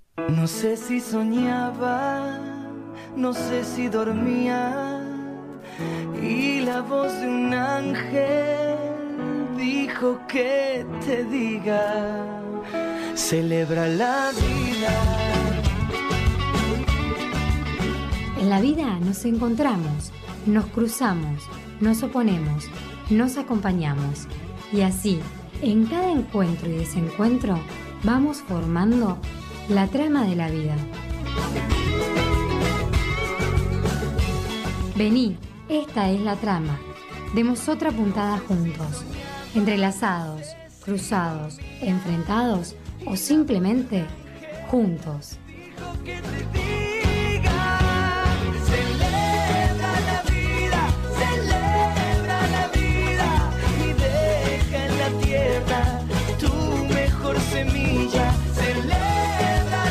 No sé si soñaba, no sé si dormía, y la voz de un ángel dijo que te diga, celebra la vida. En la vida nos encontramos, nos cruzamos, nos oponemos, nos acompañamos. Y así, en cada encuentro y desencuentro, vamos formando la trama de la vida. Vení, esta es la trama. Demos otra puntada juntos, entrelazados, cruzados, enfrentados o simplemente juntos. Tu mejor semilla, celebra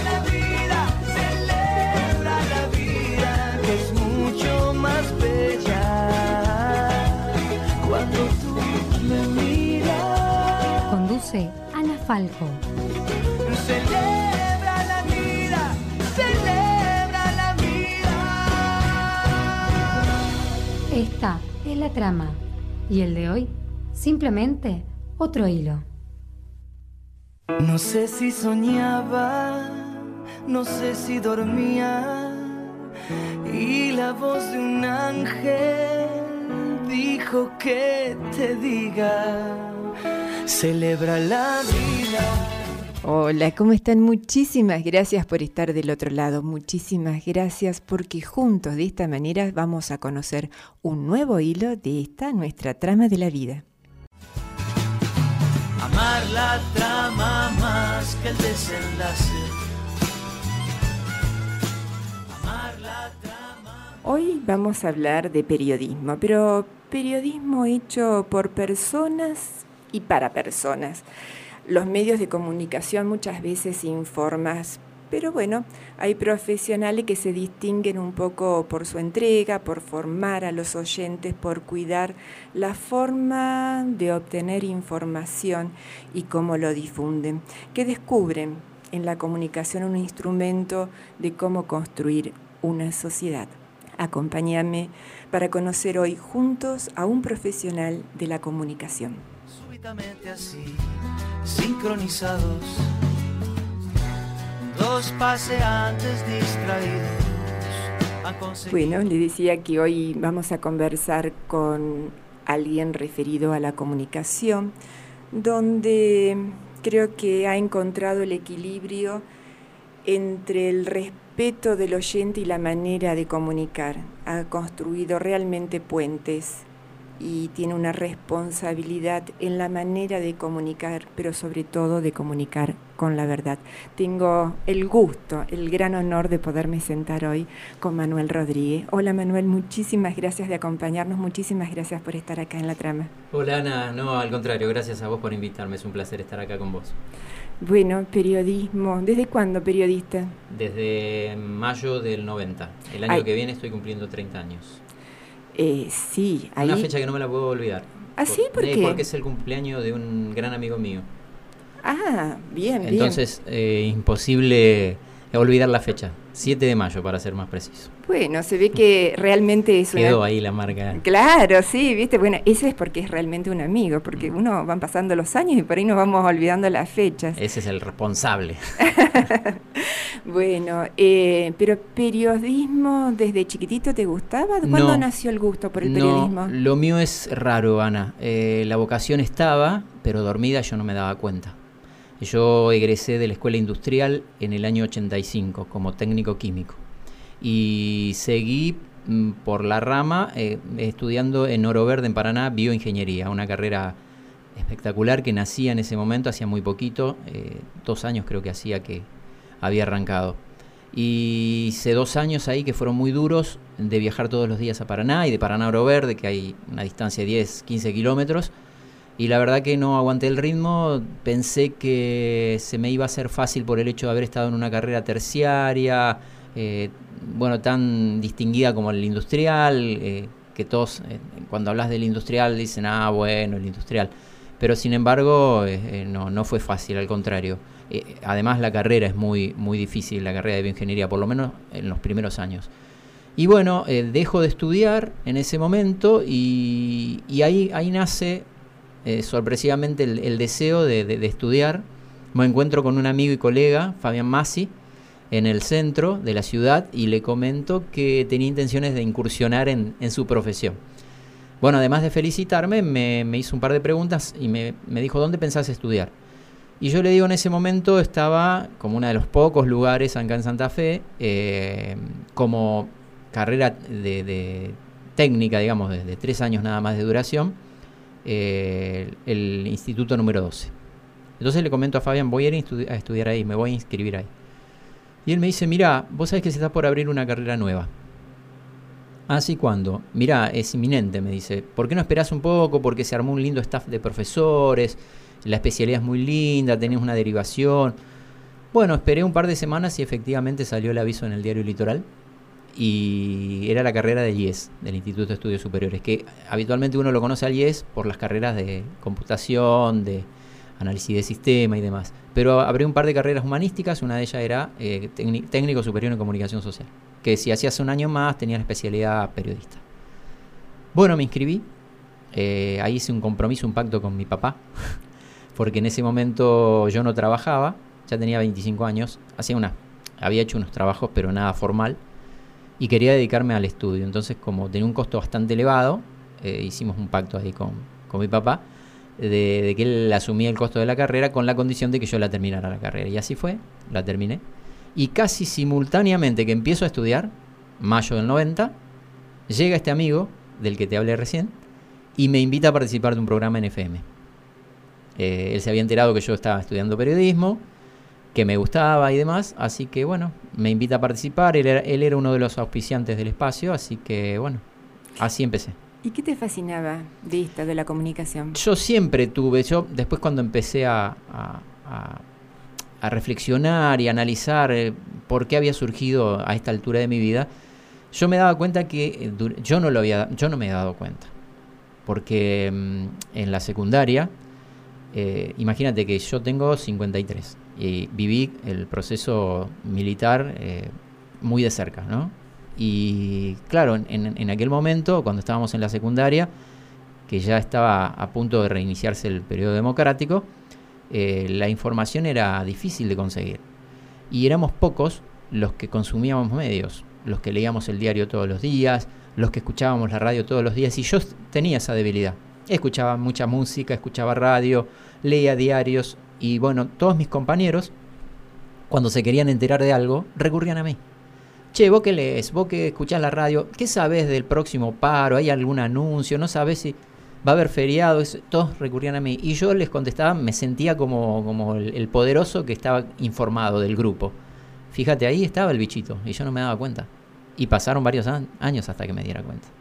la vida, que es mucho más bella cuando tú me miras. Conduce Ana Falco. Celebra la vida, celebra la vida. Esta es la trama y el de hoy, simplemente otro hilo. No sé si soñaba, no sé si dormía, y la voz de un ángel dijo que te diga, celebra la vida. Hola, ¿cómo están? Muchísimas gracias por estar del otro lado, muchísimas gracias porque juntos de esta manera vamos a conocer un nuevo hilo de esta nuestra trama de la vida. Amar la trama más que el desenlace. Amar la trama. Hoy vamos a hablar de periodismo, pero periodismo hecho por personas y para personas. Los medios de comunicación muchas veces informan, pero bueno, hay profesionales que se distinguen un poco por su entrega, por formar a los oyentes, por cuidar la forma de obtener información y cómo lo difunden, que descubren en la comunicación un instrumento de cómo construir una sociedad. Acompáñame para conocer hoy juntos a un profesional de la comunicación. Súbitamente así, sincronizados, dos paseantes distraídos. Bueno, le decía que hoy vamos a conversar con alguien referido a la comunicación, donde creo que ha encontrado el equilibrio entre el respeto del oyente y la manera de comunicar. Ha construido realmente puentes y tiene una responsabilidad en la manera de comunicar, pero sobre todo de comunicar con la verdad. Tengo el gusto, el gran honor de poderme sentar hoy con Manuel Rodríguez. Hola Manuel, muchísimas gracias de acompañarnos, muchísimas gracias por estar acá en la trama. Hola Ana, no, al contrario, gracias a vos por invitarme, es un placer estar acá con vos. Bueno, periodismo, ¿desde cuándo periodista? Desde mayo del 90, el año que viene estoy cumpliendo 30 años. Sí, ahí... Una fecha que no me la puedo olvidar. ¿Ah, sí? ¿Por qué? Porque es el cumpleaños de un gran amigo mío. Ah, bien, Entonces, imposible olvidar la fecha. 7 de mayo, para ser más preciso. Bueno, se ve que realmente es Quedó ahí la marca. Claro, sí, viste, bueno, eso es porque es realmente un amigo, porque uno van pasando los años y por ahí nos vamos olvidando las fechas. Ese es el responsable. Bueno, pero periodismo, ¿desde chiquitito te gustaba? ¿Cuándo nació el gusto por el periodismo? No, lo mío es raro, Ana. La vocación estaba, pero dormida yo no me daba cuenta. Yo egresé de la Escuela Industrial en el año 85 como técnico químico y seguí por la rama estudiando en Oro Verde, en Paraná, bioingeniería, una carrera espectacular que nacía en ese momento, hacía muy poquito, 2 años creo que hacía que había arrancado. Y hice 2 años ahí que fueron muy duros, de viajar todos los días a Paraná y de Paraná a Oro Verde, que hay una distancia de 10, 15 kilómetros. Y la verdad que no aguanté el ritmo, pensé que se me iba a hacer fácil por el hecho de haber estado en una carrera terciaria, tan distinguida como el industrial, que todos cuando hablas del industrial dicen, el industrial. Pero sin embargo no fue fácil, al contrario. Además la carrera es muy, muy difícil, la carrera de bioingeniería, por lo menos en los primeros años. Y bueno, dejo de estudiar en ese momento y ahí nace sorpresivamente el deseo de estudiar. Me encuentro con un amigo y colega, Fabián Massi, en el centro de la ciudad y le comento que tenía intenciones de incursionar en su profesión. Bueno, además de felicitarme, me hizo un par de preguntas y me dijo, ¿dónde pensás estudiar? Y yo le digo, en ese momento estaba como uno de los pocos lugares acá en Santa Fe, como carrera de técnica, digamos, de 3 años nada más de duración, el Instituto número 12. Entonces le comento a Fabián, voy a ir a estudiar ahí, me voy a inscribir ahí. Y él me dice, mirá, vos sabés que se está por abrir una carrera nueva. ¿Así cuándo? Mirá, es inminente, me dice. ¿Por qué no esperás un poco? Porque se armó un lindo staff de profesores, la especialidad es muy linda, tenés una derivación. Bueno, esperé un par de semanas y efectivamente salió el aviso en el diario Litoral. Y era la carrera del IES, del Instituto de Estudios Superiores, que habitualmente uno lo conoce al IES por las carreras de computación, de análisis de sistema y demás. Pero abrió un par de carreras humanísticas, una de ellas era técnico superior en comunicación social, que si hacías un año más tenía la especialidad periodista. Bueno, me inscribí, ahí hice un compromiso, un pacto con mi papá, porque en ese momento yo no trabajaba, ya tenía 25 años, había hecho unos trabajos pero nada formal, y quería dedicarme al estudio. Entonces, como tenía un costo bastante elevado, hicimos un pacto ahí con mi papá, de que él asumía el costo de la carrera con la condición de que yo la terminara la carrera. Y así fue, la terminé. Y casi simultáneamente que empiezo a estudiar, mayo del 90, llega este amigo del que te hablé recién y me invita a participar de un programa en FM. Él se había enterado que yo estaba estudiando periodismo, que me gustaba y demás, así que bueno, me invita a participar. Él era uno de los auspiciantes del espacio, así que bueno, así empecé. ¿Y qué te fascinaba de la comunicación? Yo siempre tuve, después cuando empecé a reflexionar y analizar por qué había surgido a esta altura de mi vida, yo me daba cuenta que yo no me he dado cuenta. Porque en la secundaria, imagínate que yo tengo 53 y viví el proceso militar muy de cerca, ¿no? Y claro, en aquel momento, cuando estábamos en la secundaria, que ya estaba a punto de reiniciarse el periodo democrático, la información era difícil de conseguir. Y éramos pocos los que consumíamos medios, los que leíamos el diario todos los días, los que escuchábamos la radio todos los días, y yo tenía esa debilidad. Escuchaba mucha música, escuchaba radio, leía diarios, y bueno, todos mis compañeros, cuando se querían enterar de algo, recurrían a mí. Che, vos que lees, vos que escuchás la radio, ¿qué sabés del próximo paro? ¿Hay algún anuncio? ¿No sabés si va a haber feriado? Todos recurrían a mí. Y yo les contestaba, me sentía como el poderoso que estaba informado del grupo. Fíjate, ahí estaba el bichito y yo no me daba cuenta. Y pasaron varios años hasta que me diera cuenta.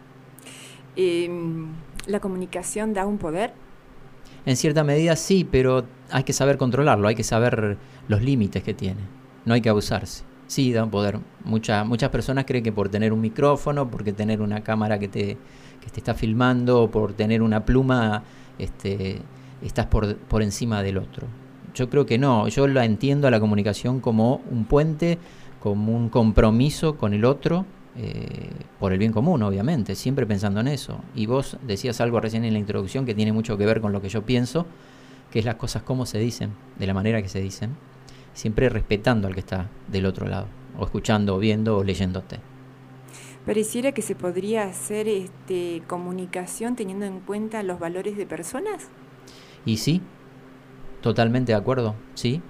¿La comunicación da un poder? En cierta medida sí, pero hay que saber controlarlo, hay que saber los límites que tiene. No hay que abusarse. Sí, da un poder. Muchas personas creen que por tener un micrófono, porque tener una cámara que te está filmando, o por tener una pluma, estás por encima del otro. Yo creo que no. Yo la entiendo a la comunicación como un puente, como un compromiso con el otro, por el bien común, obviamente, siempre pensando en eso. Y vos decías algo recién en la introducción que tiene mucho que ver con lo que yo pienso, que es las cosas como se dicen, de la manera que se dicen, siempre respetando al que está del otro lado, o escuchando, o viendo, o leyéndote. Pareciera que se podría hacer comunicación teniendo en cuenta los valores de personas. Y sí, totalmente de acuerdo, sí.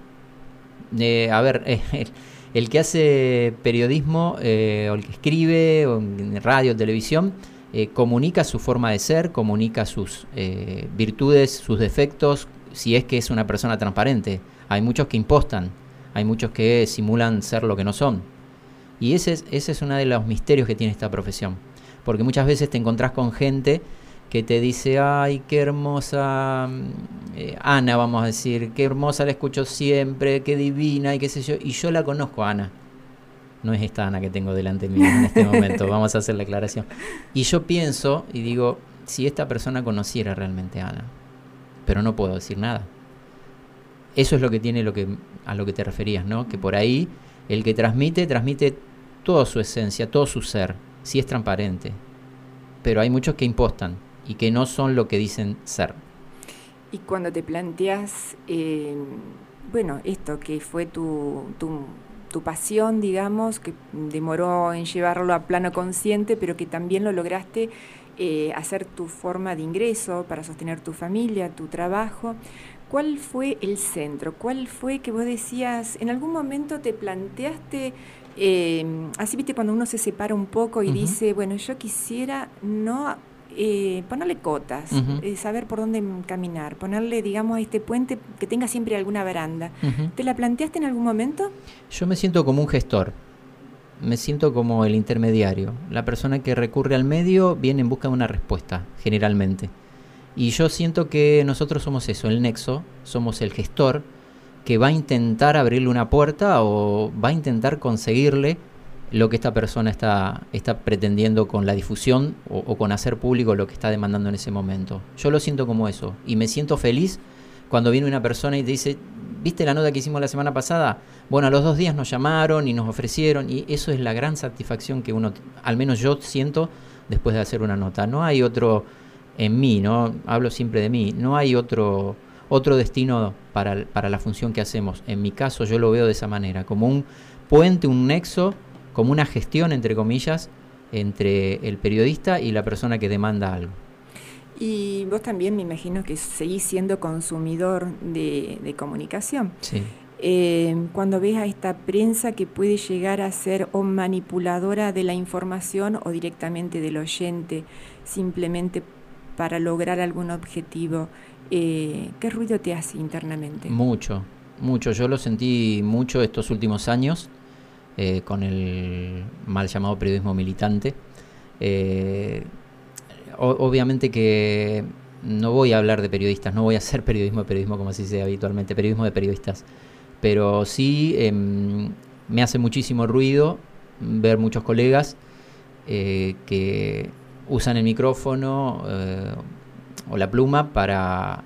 El que hace periodismo, o el que escribe, o en radio, televisión, comunica su forma de ser, comunica sus virtudes, sus defectos, si es que es una persona transparente. Hay muchos que impostan, hay muchos que simulan ser lo que no son. Y ese es uno de los misterios que tiene esta profesión. Porque muchas veces te encontrás con gente que te dice, ay, qué hermosa Ana, vamos a decir, qué hermosa la escucho siempre, qué divina y qué sé yo. Y yo la conozco a Ana. No es esta Ana que tengo delante mío en este momento, vamos a hacer la aclaración. Y yo pienso y digo, si esta persona conociera realmente a Ana, pero no puedo decir nada. eso es lo que tiene a lo que te referías, ¿no? Que por ahí el que transmite toda su esencia, todo su ser, sí es transparente. Pero hay muchos que impostan y que no son lo que dicen ser. Y cuando te planteas, esto que fue tu pasión, digamos, que demoró en llevarlo a plano consciente, pero que también lo lograste hacer tu forma de ingreso para sostener tu familia, tu trabajo. ¿Cuál fue el centro? ¿Cuál fue que vos decías, en algún momento te planteaste, así viste cuando uno se separa un poco y dice, bueno, yo quisiera no ponerle cotas, saber por dónde caminar, ponerle, digamos, a este puente que tenga siempre alguna baranda. ¿Te la planteaste en algún momento? Yo me siento como un gestor, me siento como el intermediario. La persona que recurre al medio viene en busca de una respuesta, generalmente. Y yo siento que nosotros somos eso, el nexo, somos el gestor que va a intentar abrirle una puerta o va a intentar conseguirle lo que esta persona está pretendiendo con la difusión o con hacer público lo que está demandando en ese momento. Yo lo siento como eso y me siento feliz cuando viene una persona y te dice, ¿viste la nota que hicimos la semana pasada? Bueno, a los 2 días nos llamaron y nos ofrecieron, y eso es la gran satisfacción que uno, al menos yo siento después de hacer una nota. No hay otro en mí, ¿no? Hablo siempre de mí, no hay otro destino para la función que hacemos. En mi caso yo lo veo de esa manera, como un puente, un nexo, como una gestión, entre comillas, entre el periodista y la persona que demanda algo. Y vos también me imagino que seguís siendo consumidor de comunicación. Sí. Cuando ves a esta prensa que puede llegar a ser o manipuladora de la información o directamente del oyente, simplemente para lograr algún objetivo, ¿qué ruido te hace internamente? Mucho. Yo lo sentí mucho estos últimos años con el mal llamado periodismo militante. Obviamente que no voy a hablar de periodistas, no voy a hacer periodismo como se dice habitualmente, periodismo de periodistas, pero sí me hace muchísimo ruido ver muchos colegas que usan el micrófono o la pluma para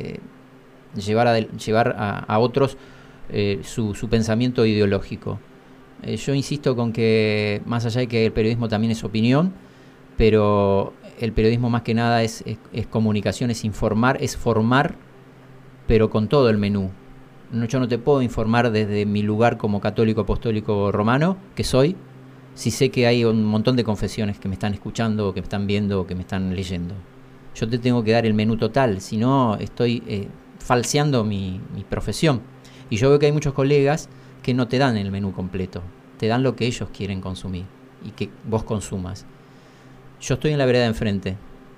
llevar a otros su pensamiento ideológico. Yo insisto con que más allá de que el periodismo también es opinión, pero el periodismo más que nada es comunicación, es informar, es formar, pero con todo el menú. Yo no te puedo informar desde mi lugar como católico apostólico romano, que soy, si sé que hay un montón de confesiones que me están escuchando, o que me están viendo, o que me están leyendo. Yo te tengo que dar el menú total, si no estoy falseando mi profesión. Y yo veo que hay muchos colegas que no te dan el menú completo, te dan lo que ellos quieren consumir y que vos consumas. Yo estoy en la vereda de enfrente.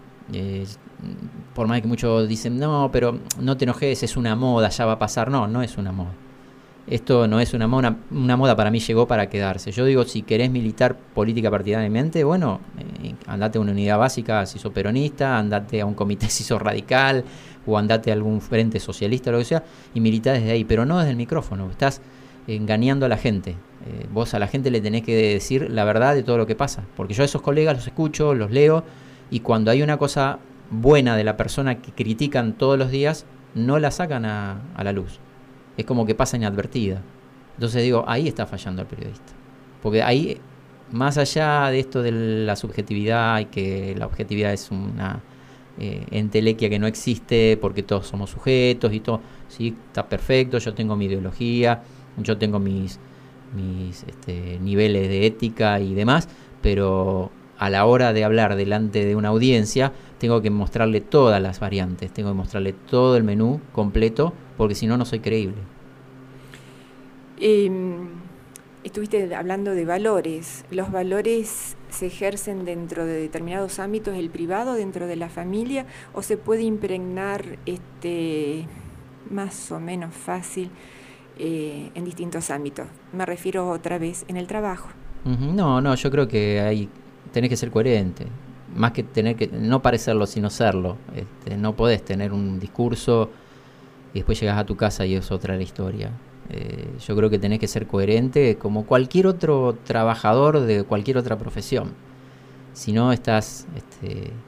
Por más que muchos dicen, no, pero no te enojes, es una moda, ya va a pasar. No es una moda. Esto no es una moda, para mí llegó para quedarse. Yo digo, si querés militar política partidariamente, bueno, andate a una unidad básica si sos peronista, andate a un comité si sos radical, o andate a algún frente socialista o lo que sea, y militá desde ahí, pero no desde el micrófono. Estás engañando a la gente. Vos a la gente le tenés que decir la verdad de todo lo que pasa, porque yo a esos colegas los escucho, los leo, y cuando hay una cosa buena de la persona que critican todos los días, no la sacan a la luz. Es como que pasa inadvertida. Entonces digo, ahí está fallando el periodista, porque ahí, más allá de esto de la subjetividad y que la objetividad es una entelequia que no existe porque todos somos sujetos y todo, sí, está perfecto, yo tengo mi ideología, yo tengo mis niveles de ética y demás, pero a la hora de hablar delante de una audiencia tengo que mostrarle todas las variantes, tengo que mostrarle todo el menú completo, porque si no, no soy creíble. Estuviste hablando de valores. ¿Los valores se ejercen dentro de determinados ámbitos, el privado, dentro de la familia, o se puede impregnar más o menos fácil en distintos ámbitos? Me refiero otra vez en el trabajo. No, yo creo que ahí tenés que ser coherente, más que tener que no parecerlo sino serlo. No podés tener un discurso y después llegás a tu casa y es otra la historia. Yo creo que tenés que ser coherente como cualquier otro trabajador de cualquier otra profesión. Si no estás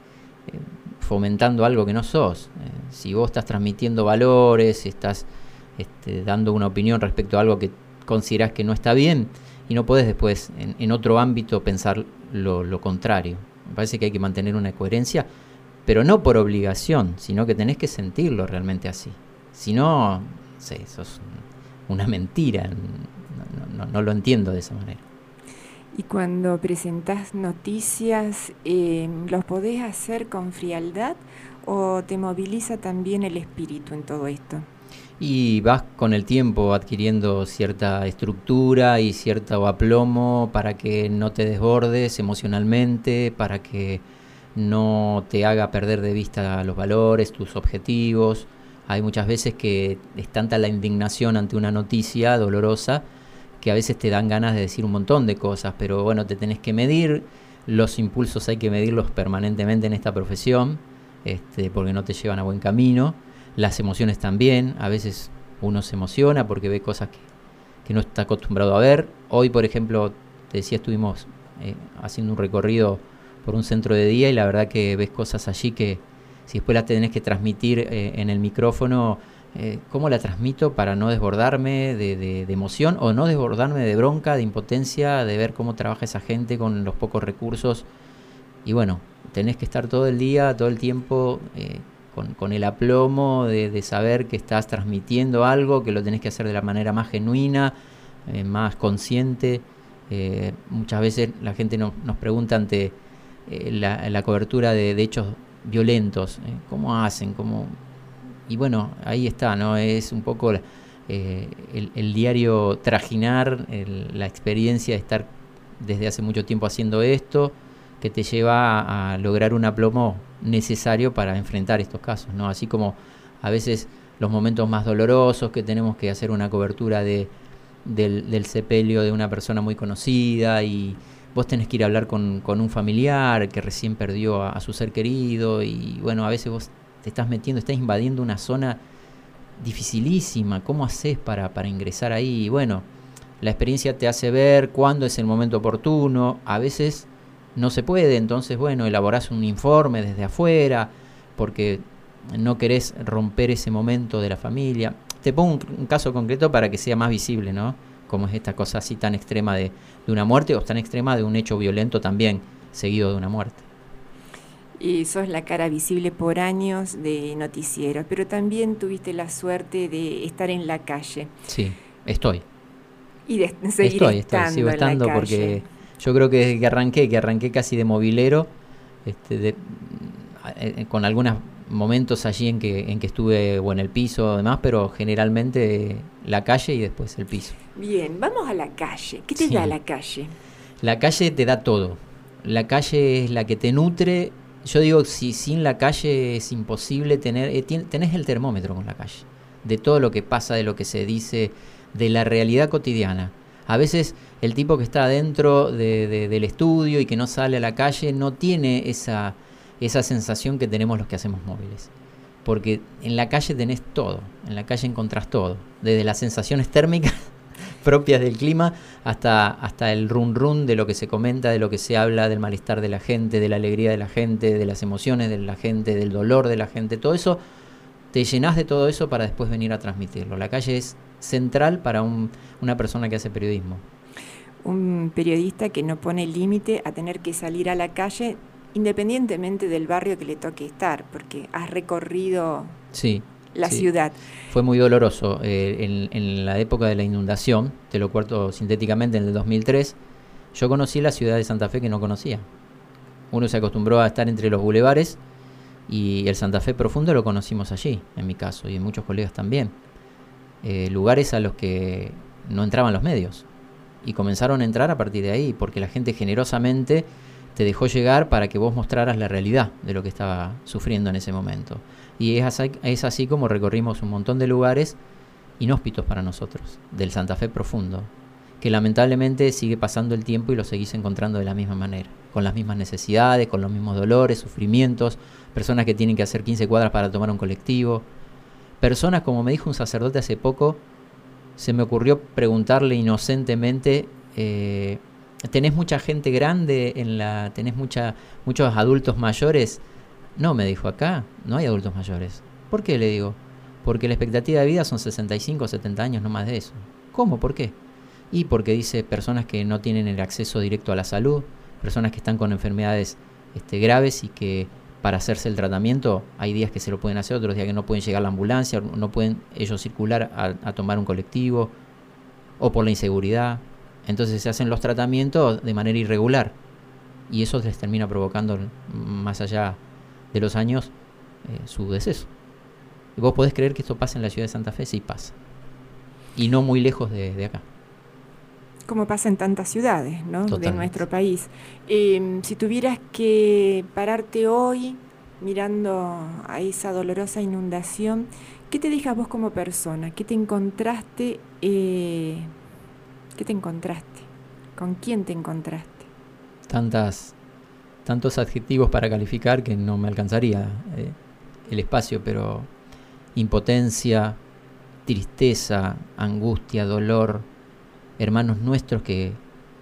fomentando algo que no sos, si vos estás transmitiendo valores, estás dando una opinión respecto a algo que considerás que no está bien, y no podés después en otro ámbito pensar lo contrario. Me parece que hay que mantener una coherencia, pero no por obligación, sino que tenés que sentirlo realmente así. Si no, eso es una mentira, no lo entiendo de esa manera. Y cuando presentás noticias, ¿los podés hacer con frialdad o te moviliza también el espíritu en todo esto? Y vas con el tiempo adquiriendo cierta estructura y cierto aplomo para que no te desbordes emocionalmente, para que no te haga perder de vista los valores, tus objetivos. Hay muchas veces que es tanta la indignación ante una noticia dolorosa que a veces te dan ganas de decir un montón de cosas, pero bueno, te tenés que medir. Los impulsos hay que medirlos permanentemente en esta profesión, porque no te llevan a buen camino. Las emociones también, a veces uno se emociona porque ve cosas que no está acostumbrado a ver. Hoy, por ejemplo, te decía, estuvimos haciendo un recorrido por un centro de día y la verdad que ves cosas allí que si después las tenés que transmitir en el micrófono, ¿cómo la transmito para no desbordarme de emoción o no desbordarme de bronca, de impotencia, de ver cómo trabaja esa gente con los pocos recursos? Y bueno, tenés que estar todo el día, todo el tiempo con el aplomo de saber que estás transmitiendo algo, que lo tenés que hacer de la manera más genuina, más consciente. Muchas veces la gente nos pregunta ante la cobertura de hechos violentos, ¿cómo hacen? Y bueno, ahí está, ¿no? Es un poco el diario trajinar, la experiencia de estar desde hace mucho tiempo haciendo esto, que te lleva a lograr un aplomo necesario para enfrentar estos casos, ¿no? Así como a veces los momentos más dolorosos que tenemos que hacer una cobertura del sepelio de una persona muy conocida y vos tenés que ir a hablar con un familiar que recién perdió a su ser querido y bueno, a veces vos te estás invadiendo una zona dificilísima. ¿Cómo haces para ingresar ahí? Y bueno, la experiencia te hace ver cuándo es el momento oportuno. A veces no se puede, entonces bueno, elaborás un informe desde afuera porque no querés romper ese momento de la familia. Te pongo un caso concreto para que sea más visible, ¿no? Como es esta cosa así tan extrema de una muerte o tan extrema de un hecho violento también seguido de una muerte. Y sos la cara visible por años de noticieros, pero también tuviste la suerte de estar en la calle. Sí, estoy. Y de seguir sigo estando porque yo creo que desde que arranqué casi de movilero, con algunos momentos allí en que estuve en el piso o demás, pero generalmente la calle y después el piso. Bien, vamos a la calle. ¿Qué te da la calle? La calle te da todo. La calle es la que te nutre. Yo digo, si sin la calle es imposible tenés el termómetro con la calle, de todo lo que pasa, de lo que se dice, de la realidad cotidiana. A veces el tipo que está dentro del estudio y que no sale a la calle no tiene esa sensación que tenemos los que hacemos móviles. Porque en la calle tenés todo, en la calle encontrás todo, desde las sensaciones térmicas propias del clima hasta el run run de lo que se comenta, de lo que se habla, del malestar de la gente, de la alegría de la gente, de las emociones de la gente, del dolor de la gente. Todo eso, te llenás de todo eso para después venir a transmitirlo. La calle es central para una persona que hace periodismo. Un periodista que no pone límite a tener que salir a la calle independientemente del barrio que le toque estar, porque has recorrido la ciudad. Fue muy doloroso. En la época de la inundación, te lo cuento sintéticamente, en el 2003, yo conocí la ciudad de Santa Fe que no conocía. Uno se acostumbró a estar entre los bulevares y el Santa Fe profundo lo conocimos allí, en mi caso, y en muchos colegas también. Lugares a los que no entraban los medios. Y comenzaron a entrar a partir de ahí, porque la gente generosamente te dejó llegar para que vos mostraras la realidad de lo que estaba sufriendo en ese momento. Y es así como recorrimos un montón de lugares inhóspitos para nosotros, del Santa Fe profundo, que lamentablemente sigue pasando el tiempo y lo seguís encontrando de la misma manera, con las mismas necesidades, con los mismos dolores, sufrimientos, personas que tienen que hacer 15 cuadras para tomar un colectivo, personas, como me dijo un sacerdote hace poco, se me ocurrió preguntarle inocentemente, ¿tenés mucha gente grande tenés muchos adultos mayores? No, me dijo, acá no hay adultos mayores. ¿Por qué? Le digo, porque la expectativa de vida son 65 o 70 años, no más de eso. ¿Cómo? ¿Por qué? Y porque dice personas que no tienen el acceso directo a la salud, personas que están con enfermedades graves y que para hacerse el tratamiento hay días que se lo pueden hacer, otros días que no pueden llegar a la ambulancia, no pueden ellos circular a tomar un colectivo, o por la inseguridad. Entonces se hacen los tratamientos de manera irregular y eso les termina provocando, más allá de los años, su deceso. ¿Y vos podés creer que esto pasa en la ciudad de Santa Fe? Sí pasa. Y no muy lejos de acá. Como pasa en tantas ciudades, ¿no? Totalmente. De nuestro país. Si tuvieras que pararte hoy mirando a esa dolorosa inundación, ¿qué te dejas vos como persona? ¿Qué te encontraste? ¿Qué te encontraste? ¿Con quién te encontraste? Tantos adjetivos para calificar que no me alcanzaría el espacio, pero impotencia, tristeza, angustia, dolor, hermanos nuestros que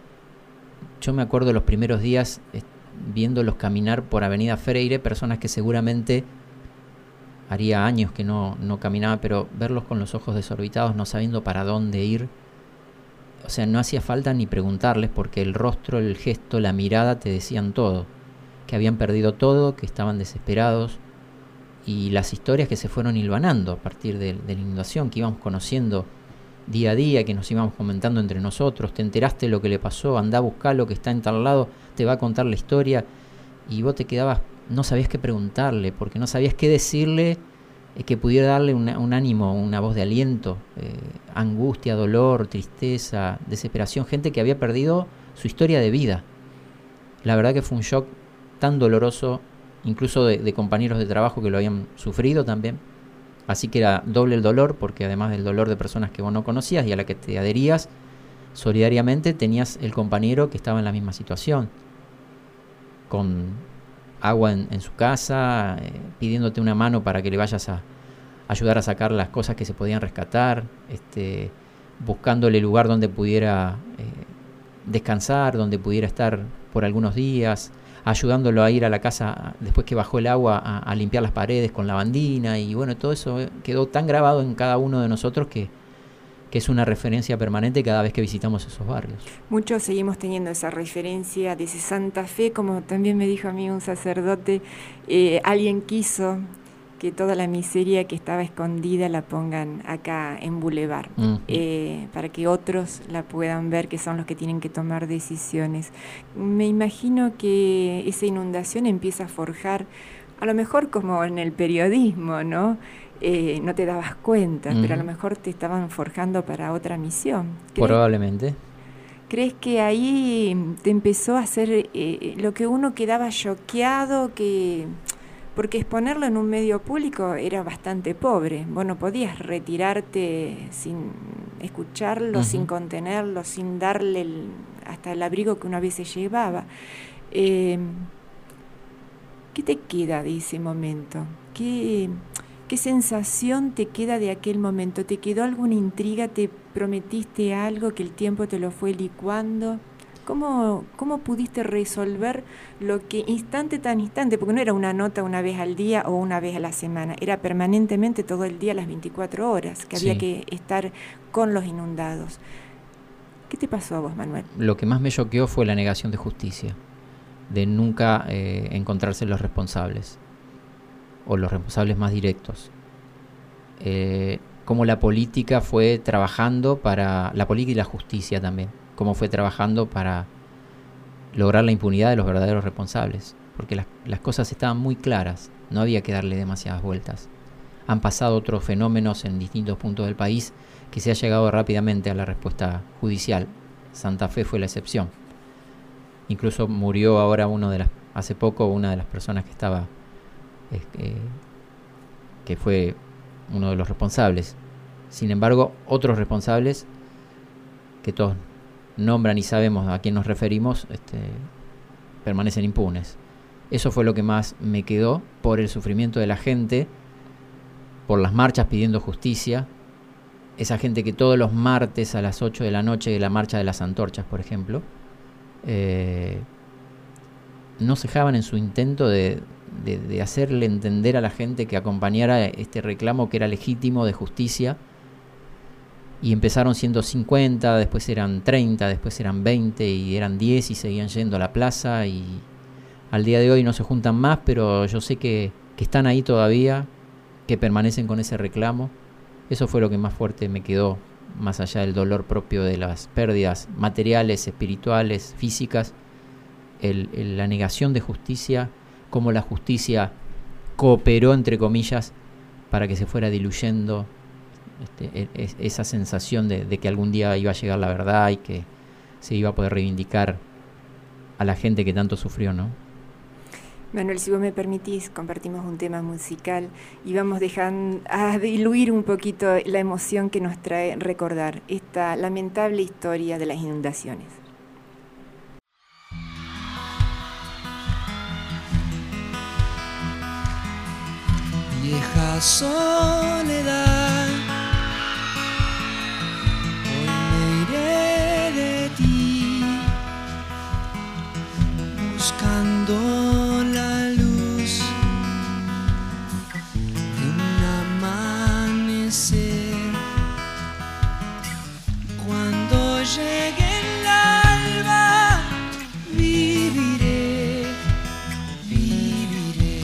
yo me acuerdo los primeros días viéndolos caminar por Avenida Freire, personas que seguramente haría años que no caminaba, pero verlos con los ojos desorbitados, no sabiendo para dónde ir. O sea, no hacía falta ni preguntarles porque el rostro, el gesto, la mirada te decían todo, que habían perdido todo, que estaban desesperados, y las historias que se fueron hilvanando a partir de la inundación, que íbamos conociendo día a día, que nos íbamos comentando entre nosotros. Te enteraste lo que le pasó, andá a buscar lo que está en tal lado, te va a contar la historia, y vos te quedabas, no sabías qué preguntarle, porque no sabías qué decirle que pudiera darle un ánimo, una voz de aliento, angustia, dolor, tristeza, desesperación, gente que había perdido su historia de vida. La verdad que fue un shock tan doloroso, incluso de compañeros de trabajo que lo habían sufrido también. Así que era doble el dolor, porque además del dolor de personas que vos no conocías y a la que te adherías solidariamente, tenías el compañero que estaba en la misma situación, con agua en su casa, pidiéndote una mano para que le vayas a ayudar a sacar las cosas que se podían rescatar, buscándole lugar donde pudiera descansar, donde pudiera estar por algunos días, ayudándolo a ir a la casa después que bajó el agua a limpiar las paredes con lavandina, y bueno, todo eso quedó tan grabado en cada uno de nosotros que es una referencia permanente cada vez que visitamos esos barrios. Muchos seguimos teniendo esa referencia de Santa Fe, como también me dijo a mí un sacerdote, alguien quiso que toda la miseria que estaba escondida la pongan acá en Boulevard, para que otros la puedan ver, que son los que tienen que tomar decisiones. Me imagino que esa inundación empieza a forjar, a lo mejor como en el periodismo, ¿no? No te dabas cuenta, pero a lo mejor te estaban forjando para otra misión. Probablemente. ¿Crees que ahí te empezó a hacer lo que uno quedaba choqueado, porque exponerlo en un medio público era bastante pobre? Vos no podías retirarte sin escucharlo, sin contenerlo, sin darle hasta el abrigo que una vez se llevaba. ¿Qué te queda de ese momento? ¿Qué sensación te queda de aquel momento? ¿Te quedó alguna intriga? ¿Te prometiste algo que el tiempo te lo fue licuando? ¿Cómo pudiste resolver lo que instante tras instante? Porque no era una nota una vez al día o una vez a la semana, era permanentemente todo el día, las 24 horas, que había que estar con los inundados. ¿Qué te pasó a vos, Manuel? Lo que más me choqueó fue la negación de justicia, de nunca encontrarse los responsables, o los responsables más directos. Cómo la política fue trabajando para, la política y la justicia también, cómo fue trabajando para lograr la impunidad de los verdaderos responsables, porque las cosas estaban muy claras, no había que darle demasiadas vueltas. Han pasado otros fenómenos en distintos puntos del país que se ha llegado rápidamente a la respuesta judicial. Santa Fe fue la excepción. Incluso murió ahora hace poco una de las personas que estaba que fue uno de los responsables. Sin embargo, otros responsables que todos nombran y sabemos a quién nos referimos, permanecen impunes. Eso fue lo que más me quedó, por el sufrimiento de la gente, por las marchas pidiendo justicia. Esa gente que todos los martes a las 8 de la noche, de la marcha de las antorchas, por ejemplo, no cejaban en su intento de de hacerle entender a la gente que acompañara este reclamo que era legítimo de justicia. Y empezaron siendo 50, después eran 30, después eran 20 y eran 10 y seguían yendo a la plaza, y al día de hoy no se juntan más, pero yo sé que están ahí todavía, que permanecen con ese reclamo. Eso fue lo que más fuerte me quedó, más allá del dolor propio de las pérdidas materiales, espirituales, físicas, la negación de justicia, cómo la justicia cooperó, entre comillas, para que se fuera diluyendo esa sensación de que algún día iba a llegar la verdad y que se iba a poder reivindicar a la gente que tanto sufrió, ¿no? Manuel, si vos me permitís, compartimos un tema musical y vamos a diluir un poquito la emoción que nos trae recordar esta lamentable historia de las inundaciones. Vieja soledad, hoy me iré de ti, buscando la luz de un amanecer. Cuando llegue el alba, viviré, viviré.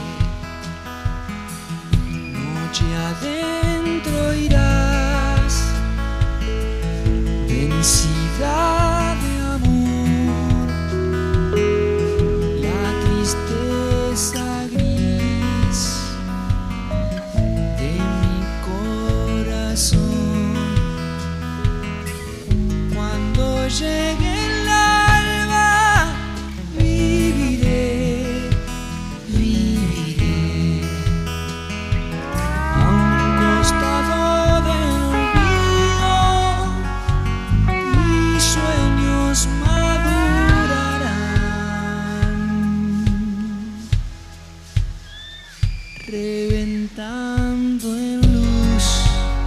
Noche adentro irás, densidad de amor, la tristeza gris de mi corazón. Cuando llegue el alba, viviré, viviré. A un costado del olvido, mis sueños madurarán, reventando en luz,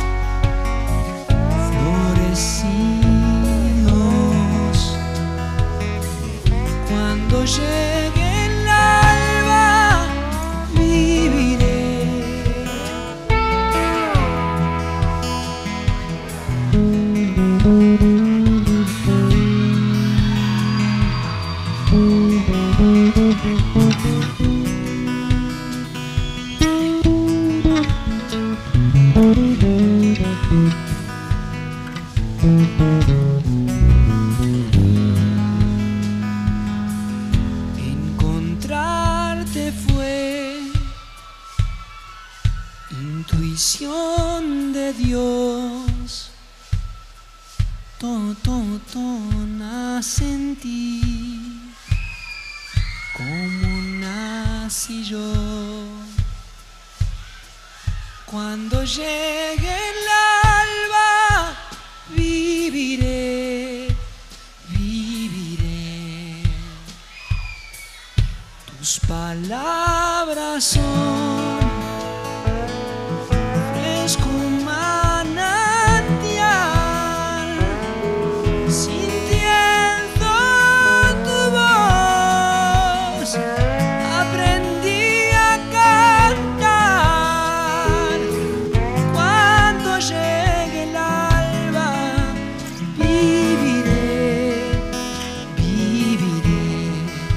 florecidos. Cuando llegue el alba, viviré. Encontrarte fue intuición de Dios. Todo nace en ti, como nací yo. Cuando llegue el alba, viviré, viviré. Tus palabras son fresco manantial, sintiendo tu voz, aprendí a cantar. Cuando llegue el alba, viviré, viviré.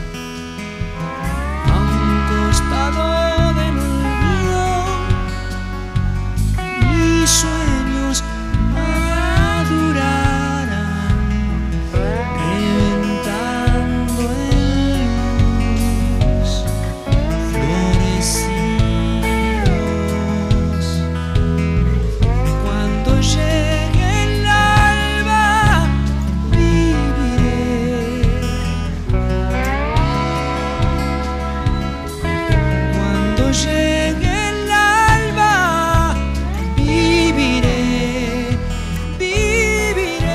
A un costado del olvido, mis sueños madurarán, reventando en luz, florecidos. Cuando llegue el alba, viviré. Cuando llegue el alba, viviré, viviré.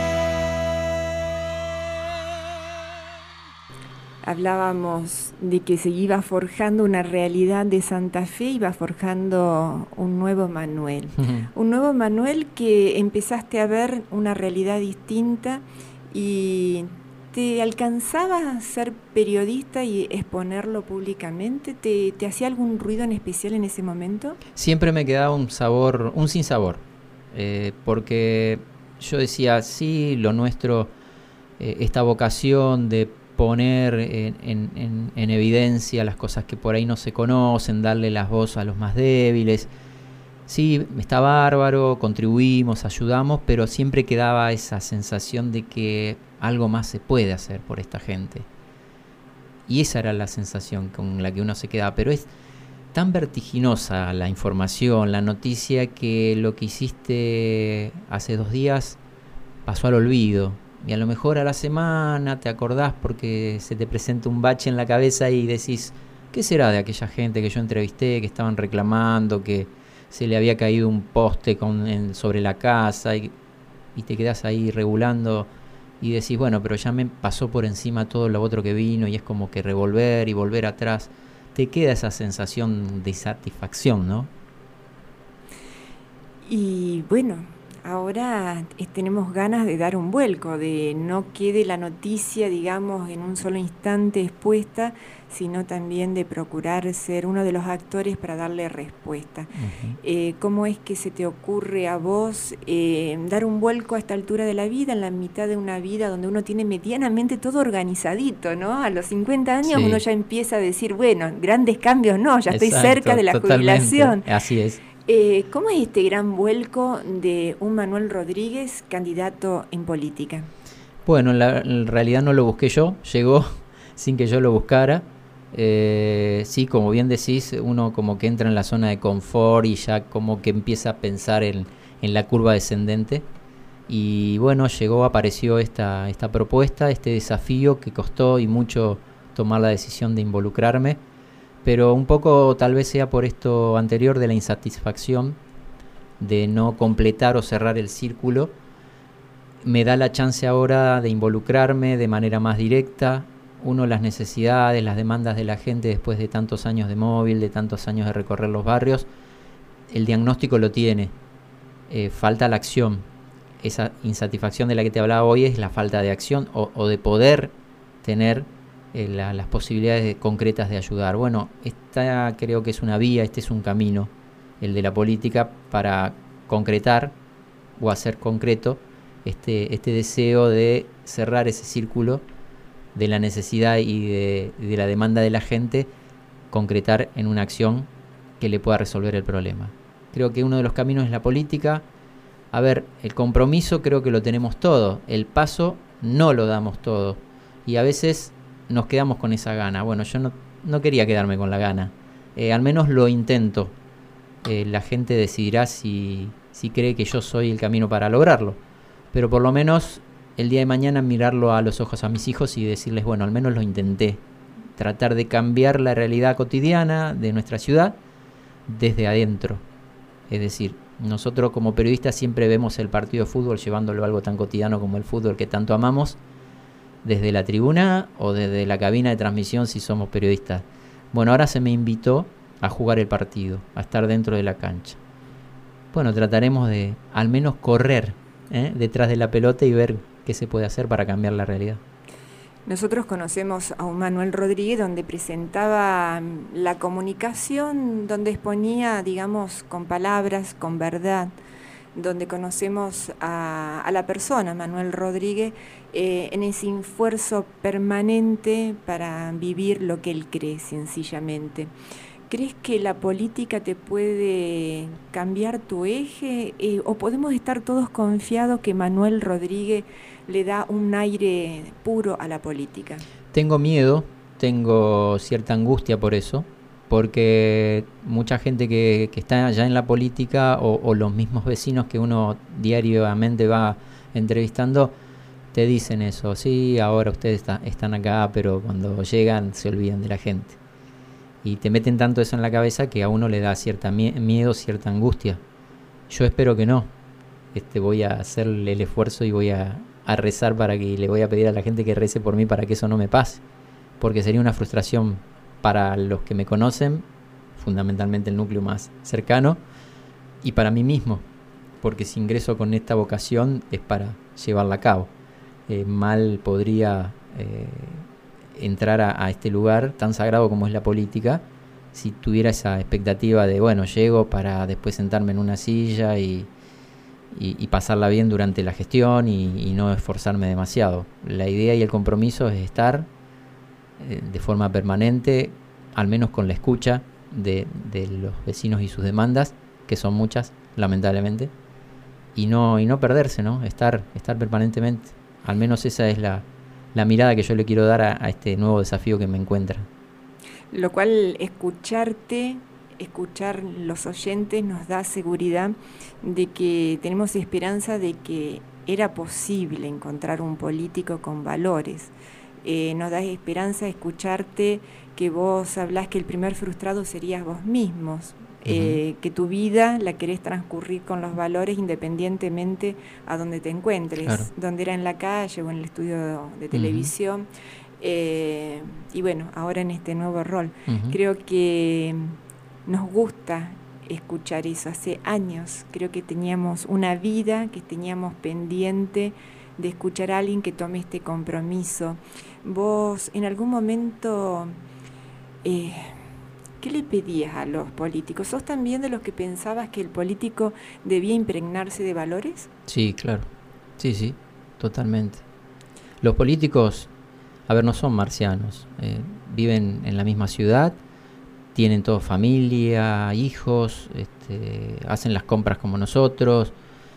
Hablábamos de que se iba forjando una realidad de Santa Fe, iba forjando un nuevo Manuel. Un nuevo Manuel que empezaste a ver una realidad distinta y ¿Te alcanzaba ser periodista y exponerlo públicamente? ¿Te hacía algún ruido en especial en ese momento? Siempre me quedaba un sinsabor, porque yo decía, sí, lo nuestro, esta vocación de poner en evidencia las cosas que por ahí no se conocen, darle las voces a los más débiles. Sí, está bárbaro, contribuimos, ayudamos, pero siempre quedaba esa sensación de que algo más se puede hacer por esta gente. Y esa era la sensación con la que uno se quedaba. Pero es tan vertiginosa la información, la noticia, que lo que hiciste hace 2 días pasó al olvido. Y a lo mejor a la semana te acordás porque se te presenta un bache en la cabeza y decís, ¿qué será de aquella gente que yo entrevisté, que estaban reclamando, que se le había caído un poste sobre la casa, y te quedás ahí regulando y decís, bueno, pero ya me pasó por encima todo lo otro que vino, y es como que revolver y volver atrás. Te queda esa sensación de satisfacción, ¿no? Y bueno, ahora tenemos ganas de dar un vuelco, de no quede la noticia, digamos, en un solo instante expuesta, sino también de procurar ser uno de los actores para darle respuesta. Uh-huh. ¿Cómo es que se te ocurre a vos dar un vuelco a esta altura de la vida, en la mitad de una vida donde uno tiene medianamente todo organizadito, ¿no? A los 50 años uno ya empieza a decir, bueno, grandes cambios no, ya estoy cerca de la jubilación. Así es. ¿Cómo es este gran vuelco de un Manuel Rodríguez, candidato en política? Bueno, en realidad no lo busqué yo, llegó sin que yo lo buscara. Sí, como bien decís, uno como que entra en la zona de confort y ya como que empieza a pensar en la curva descendente. Y bueno, apareció esta propuesta, este desafío que costó y mucho tomar la decisión de involucrarme. Pero un poco tal vez sea por esto anterior de la insatisfacción de no completar o cerrar el círculo. Me da la chance ahora de involucrarme de manera más directa. Uno, las necesidades, las demandas de la gente después de tantos años de móvil, de tantos años de recorrer los barrios. El diagnóstico lo tiene, falta la acción. Esa insatisfacción de la que te hablaba hoy es la falta de acción o de poder tener las posibilidades concretas de ayudar. Bueno, esta creo que es una vía, este es un camino, el de la política, para concretar o hacer concreto este deseo de cerrar ese círculo de la necesidad y de la demanda de la gente, concretar en una acción que le pueda resolver el problema. Creo que uno de los caminos es la política. A ver, el compromiso creo que lo tenemos todo, el paso no lo damos todo, y a veces nos quedamos con esa gana. Bueno, yo no quería quedarme con la gana, al menos lo intento. La gente decidirá si cree que yo soy el camino para lograrlo, pero por lo menos el día de mañana mirarlo a los ojos a mis hijos y decirles, bueno, al menos lo intenté, tratar de cambiar la realidad cotidiana de nuestra ciudad desde adentro. Es decir, nosotros como periodistas siempre vemos el partido de fútbol, llevándolo a algo tan cotidiano como el fútbol que tanto amamos, desde la tribuna o desde la cabina de transmisión si somos periodistas. Bueno, ahora se me invitó a jugar el partido, a estar dentro de la cancha. Bueno, trataremos de al menos correr detrás de la pelota y ver qué se puede hacer para cambiar la realidad. Nosotros conocemos a un Manuel Rodríguez donde presentaba la comunicación, donde exponía, digamos, con palabras, con verdad, donde conocemos a la persona, Manuel Rodríguez, en ese esfuerzo permanente para vivir lo que él cree, sencillamente. ¿Crees que la política te puede cambiar tu eje? ¿O podemos estar todos confiados que Manuel Rodríguez le da un aire puro a la política? Tengo miedo, tengo cierta angustia por eso, porque mucha gente que está ya en la política o los mismos vecinos que uno diariamente va entrevistando te dicen eso, sí, ahora ustedes están acá, pero cuando llegan se olvidan de la gente. Y te meten tanto eso en la cabeza que a uno le da cierta miedo, cierta angustia. Yo espero que no. Voy a hacerle el esfuerzo y voy a rezar le voy a pedir a la gente que rece por mí para que eso no me pase. Porque sería una frustración para los que me conocen, fundamentalmente el núcleo más cercano, y para mí mismo. Porque si ingreso con esta vocación es para llevarla a cabo. Mal podría entrar a este lugar tan sagrado como es la política, si tuviera esa expectativa de, bueno, llego para después sentarme en una silla y pasarla bien durante la gestión y no esforzarme demasiado. La idea y el compromiso es estar de forma permanente, al menos con la escucha de los vecinos y sus demandas, que son muchas, lamentablemente, y no perderse, ¿no? Estar permanentemente. Al menos esa es la mirada que yo le quiero dar a este nuevo desafío que me encuentra. Lo cual, escuchar los oyentes nos da seguridad de que tenemos esperanza de que era posible encontrar un político con valores. Nos da esperanza escucharte que vos hablás que el primer frustrado serías vos mismos, que tu vida la querés transcurrir con los valores independientemente a donde te encuentres, claro, donde era en la calle o en el estudio de televisión. Y bueno, ahora en este nuevo rol. Creo que nos gusta escuchar eso. Hace años creo que teníamos una vida que teníamos pendiente de escuchar a alguien que tome este compromiso. Vos en algún momento, ¿qué le pedías a los políticos? ¿Sos también de los que pensabas que el político debía impregnarse de valores? Sí, claro. Sí, totalmente. Los políticos, a ver, no son marcianos. Viven en la misma ciudad, tienen toda familia, hijos, hacen las compras como nosotros.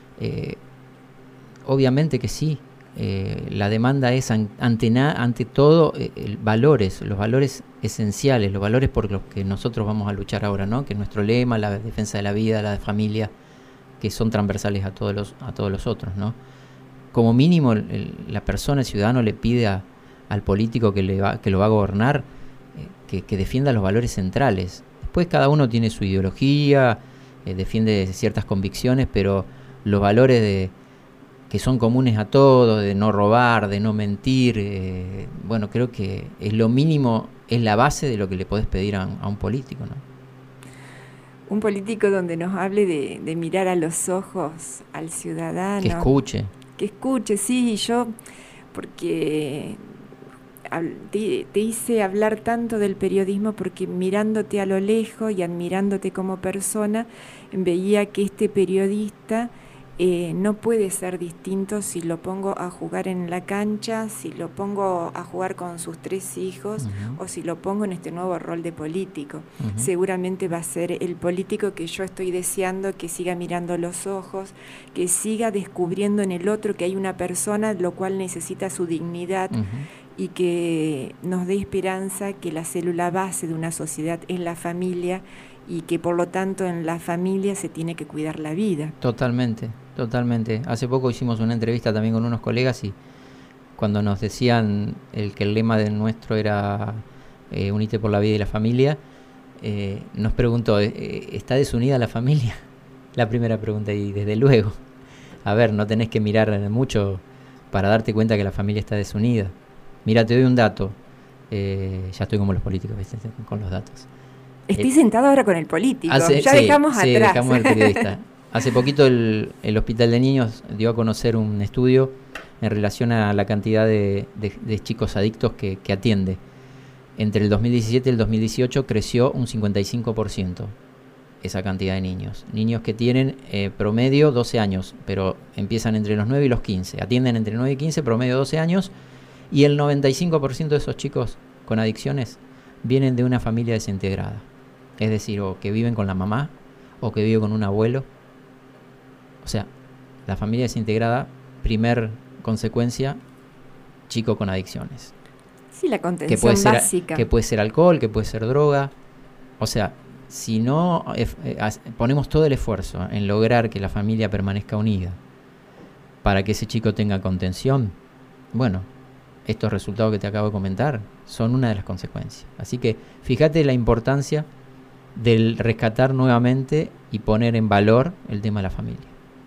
Obviamente que sí. La demanda es ante todo valores, los valores esenciales, los valores por los que nosotros vamos a luchar ahora, ¿no? Que es nuestro lema, la defensa de la vida, la de familia, que son transversales a todos los otros, ¿no? Como mínimo la persona, el ciudadano, le pide al político que lo va a gobernar que defienda los valores centrales. Después cada uno tiene su ideología, defiende ciertas convicciones, pero los valores que son comunes a todos, de no robar, de no mentir, bueno, creo que es lo mínimo, es la base de lo que le podés pedir a un político, ¿no? Un político donde nos hable de mirar a los ojos al ciudadano. Que escuche, sí, yo, porque te hice hablar tanto del periodismo porque mirándote a lo lejos y admirándote como persona, veía que este periodista no puede ser distinto si lo pongo a jugar en la cancha, si lo pongo a jugar con sus 3 hijos, o si lo pongo en este nuevo rol de político. Seguramente va a ser el político que yo estoy deseando que siga mirando los ojos, que siga descubriendo en el otro que hay una persona, lo cual necesita su dignidad, y que nos dé esperanza que la célula base de una sociedad es la familia, y que por lo tanto en la familia se tiene que cuidar la vida. Totalmente. Hace poco hicimos una entrevista también con unos colegas y cuando nos decían que el lema de nuestro era Unite por la vida y la familia, nos preguntó, ¿está desunida la familia? La primera pregunta, y desde luego. A ver, no tenés que mirar mucho para darte cuenta que la familia está desunida. Mira, te doy un dato. Ya estoy como los políticos, ¿viste? Con los datos. Estoy sentado ahora con el político, dejamos atrás. Sí, dejamos al periodista. Hace poquito el Hospital de Niños dio a conocer un estudio en relación a la cantidad de chicos adictos que atiende. Entre el 2017 y el 2018 creció un 55% esa cantidad de niños. Niños que tienen promedio 12 años, pero empiezan entre los 9 y los 15. Atienden entre 9 y 15, promedio 12 años, y el 95% de esos chicos con adicciones vienen de una familia desintegrada. Es decir, o que viven con la mamá, o que viven con un abuelo. O sea, la familia desintegrada, primer consecuencia, chico con adicciones. Sí, la contención básica. Que puede ser alcohol, que puede ser droga. O sea, si no ponemos todo el esfuerzo en lograr que la familia permanezca unida para que ese chico tenga contención, bueno, estos resultados que te acabo de comentar son una de las consecuencias. Así que fíjate la importancia del rescatar nuevamente y poner en valor el tema de la familia.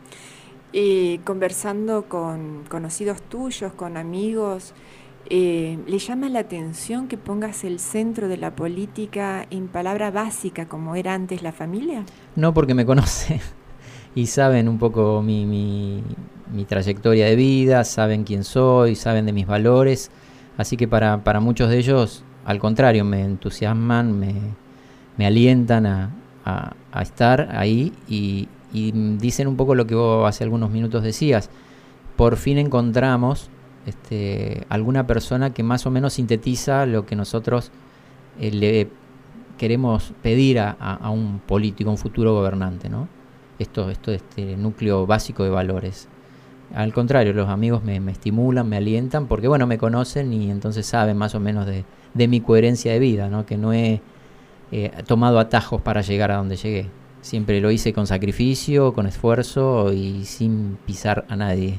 Conversando con conocidos tuyos, con amigos, ¿le llama la atención que pongas el centro de la política en palabra básica como era antes la familia? No, porque me conocen y saben un poco mi trayectoria de vida, saben quién soy, saben de mis valores, Así que para muchos de ellos, al contrario, me entusiasman, me alientan a estar ahí y dicen un poco lo que vos hace algunos minutos decías. Por fin encontramos alguna persona que más o menos sintetiza lo que nosotros le queremos pedir a un político, un futuro gobernante, ¿no? Este núcleo básico de valores. Al contrario, los amigos me estimulan, me alientan, porque bueno, me conocen y entonces saben más o menos de mi coherencia de vida, ¿no? Que no he tomado atajos para llegar a donde llegué. Siempre lo hice con sacrificio, con esfuerzo y sin pisar a nadie.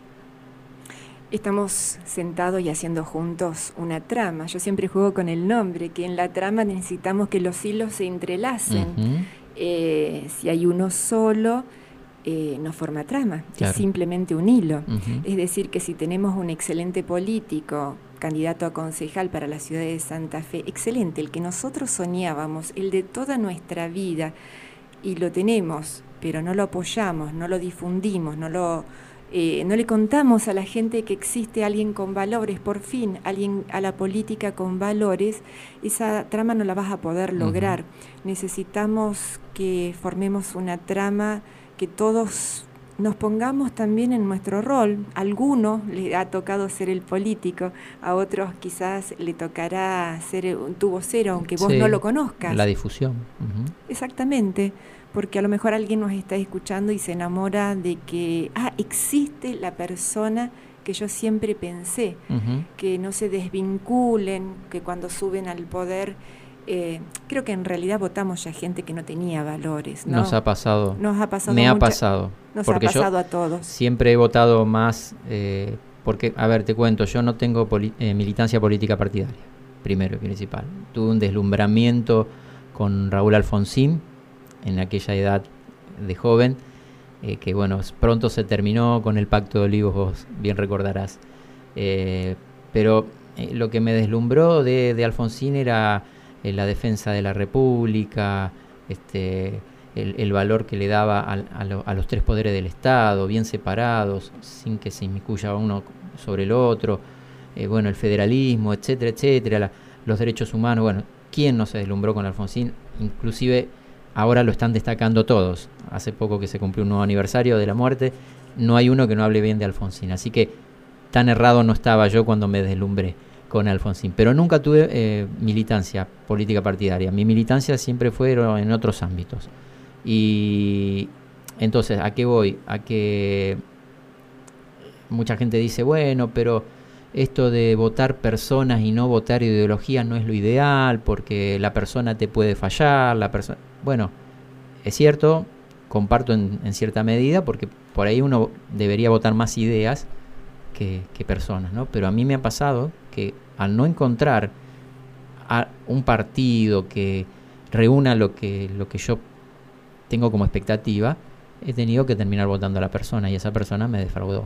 Estamos sentados y haciendo juntos una trama. Yo siempre juego con el nombre, que en la trama necesitamos que los hilos se entrelacen. Uh-huh. Si hay uno solo, no forma trama, claro. Es simplemente un hilo. Uh-huh. Es decir, que si tenemos un excelente político, candidato a concejal para la ciudad de Santa Fe, excelente, el que nosotros soñábamos, el de toda nuestra vida, y lo tenemos, pero no lo apoyamos, no lo difundimos, no le contamos a la gente que existe alguien con valores, por fin, alguien a la política con valores, esa trama no la vas a poder lograr. Uh-huh. Necesitamos que formemos una trama, que todos nos pongamos también en nuestro rol. A algunos les ha tocado ser el político, a otros quizás le tocará ser tu vocero, aunque vos no lo conozcas. La difusión. Uh-huh. Exactamente. Porque a lo mejor alguien nos está escuchando y se enamora de que existe la persona que yo siempre pensé, uh-huh. Que no se desvinculen, que cuando suben al poder, creo que en realidad votamos ya gente que no tenía valores, ¿no? Nos ha pasado. Me ha pasado. Nos porque ha pasado a todos. Siempre he votado más, porque, a ver, te cuento, yo no tengo militancia política partidaria, primero y principal. Tuve un deslumbramiento con Raúl Alfonsín, en aquella edad de joven, que bueno, pronto se terminó con el Pacto de Olivos, vos bien recordarás. Pero lo que me deslumbró de Alfonsín era la defensa de la República, el valor que le daba a los tres poderes del Estado, bien separados, sin que se inmiscuya uno sobre el otro, bueno, el federalismo, etcétera, etcétera, los derechos humanos. Bueno, ¿quién no se deslumbró con Alfonsín? Inclusive ahora lo están destacando todos. Hace poco que se cumplió un nuevo aniversario de la muerte, no hay uno que no hable bien de Alfonsín. Así que tan errado no estaba yo cuando me deslumbré con Alfonsín. Pero nunca tuve militancia política partidaria. Mi militancia siempre fue en otros ámbitos. Y entonces, ¿a qué voy? A que mucha gente dice, bueno, pero esto de votar personas y no votar ideologías no es lo ideal, porque la persona te puede fallar, Bueno, es cierto, comparto en cierta medida, porque por ahí uno debería votar más ideas que personas, ¿no? Pero a mí me ha pasado que al no encontrar a un partido que reúna lo que yo tengo como expectativa, he tenido que terminar votando a la persona y esa persona me defraudó.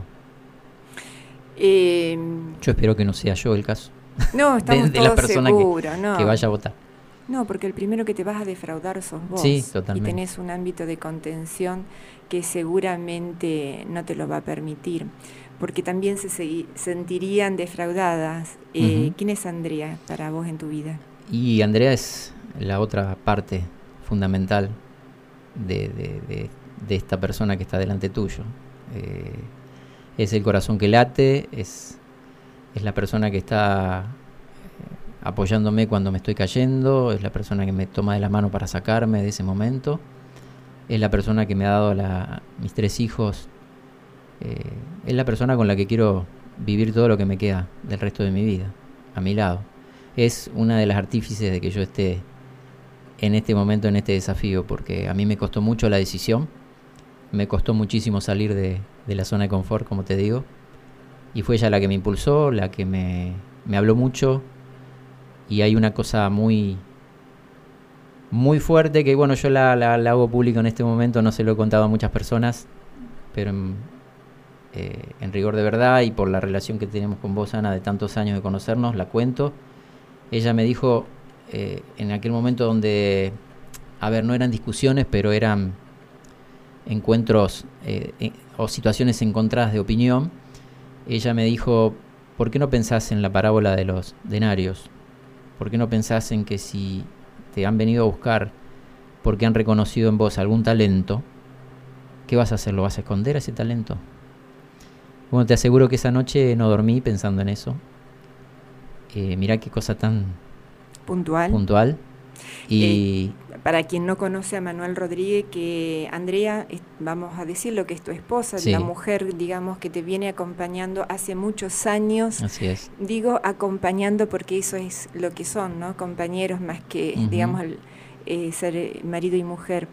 Yo espero que no sea yo el caso. No, estamos de la persona seguros, que vaya a votar. No, porque el primero que te vas a defraudar sos vos. Sí, totalmente. Y tenés un ámbito de contención que seguramente no te lo va a permitir. Porque también se sentirían defraudadas. Uh-huh. ¿Quién es Andrea para vos en tu vida? Y Andrea es la otra parte fundamental de esta persona que está delante tuyo. Es el corazón que late, es la persona que está apoyándome cuando me estoy cayendo, es la persona que me toma de la mano para sacarme de ese momento, es la persona que me ha dado mis 3 hijos, es la persona con la que quiero vivir todo lo que me queda del resto de mi vida, a mi lado. Es una de las artífices de que yo esté en este momento, en este desafío, porque a mí me costó mucho la decisión, me costó muchísimo salir de la zona de confort, como te digo, y fue ella la que me impulsó, la que me habló mucho. Y hay una cosa muy muy fuerte que, bueno, yo la hago público en este momento, no se lo he contado a muchas personas, pero en rigor de verdad y por la relación que tenemos con vos, Ana, de tantos años de conocernos, la cuento. Ella me dijo, en aquel momento donde, a ver, no eran discusiones, pero eran encuentros o situaciones encontradas de opinión, ella me dijo, ¿por qué no pensás en la parábola de los denarios? ¿Por qué no pensás en que si te han venido a buscar porque han reconocido en vos algún talento, ¿qué vas a hacer? ¿Lo vas a esconder ese talento? Bueno, te aseguro que esa noche no dormí pensando en eso. Mirá qué cosa tan puntual. Y para quien no conoce a Manuel Rodríguez, que Andrea, vamos a decirlo, que es tu esposa, sí, la mujer, digamos, que te viene acompañando hace muchos años. Así es. Digo acompañando porque eso es lo que son, ¿no? Compañeros más que, digamos, ser marido y mujer.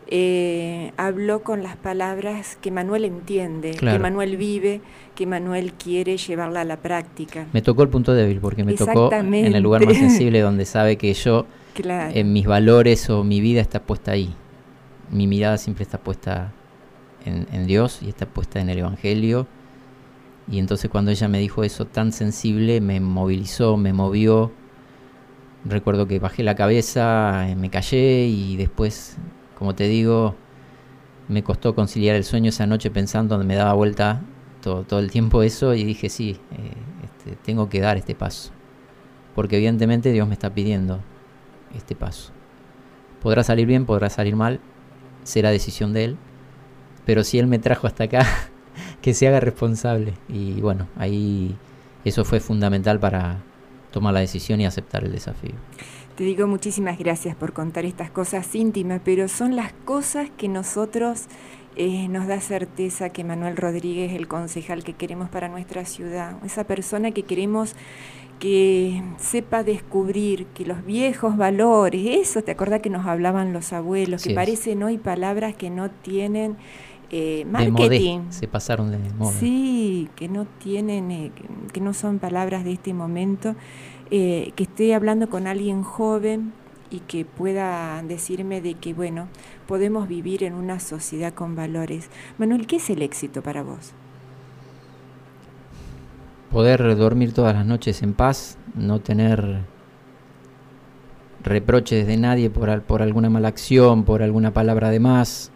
Habló con las palabras que Manuel entiende, claro, que Manuel vive, que Manuel quiere llevarla a la práctica. Me tocó el punto débil porque me tocó en el lugar más sensible, donde sabe que yo, claro, en mis valores o mi vida está puesta ahí. Mi mirada siempre está puesta en Dios y está puesta en el Evangelio. Y entonces cuando ella me dijo eso tan sensible, me movilizó, me movió. Recuerdo que bajé la cabeza, me callé y después, como te digo, me costó conciliar el sueño esa noche pensando, me daba vuelta todo el tiempo eso, y dije sí, tengo que dar este paso, porque evidentemente Dios me está pidiendo este paso. Podrá salir bien, podrá salir mal, será decisión de Él, pero si Él me trajo hasta acá, que se haga responsable. Y bueno, ahí eso fue fundamental para tomar la decisión y aceptar el desafío. Te digo muchísimas gracias por contar estas cosas íntimas, pero son las cosas que nosotros nos da certeza que Manuel Rodríguez es el concejal que queremos para nuestra ciudad, esa persona que queremos que sepa descubrir que los viejos valores, eso te acordás que nos hablaban los abuelos, sí, que parecen hoy palabras que no tienen marketing. Se pasaron de moda. Sí, que no tienen, que no son palabras de este momento. Que esté hablando con alguien joven y que pueda decirme de que, bueno, podemos vivir en una sociedad con valores. Manuel, ¿qué es el éxito para vos? Poder dormir todas las noches en paz, no tener reproches de nadie por alguna mala acción, por alguna palabra de más,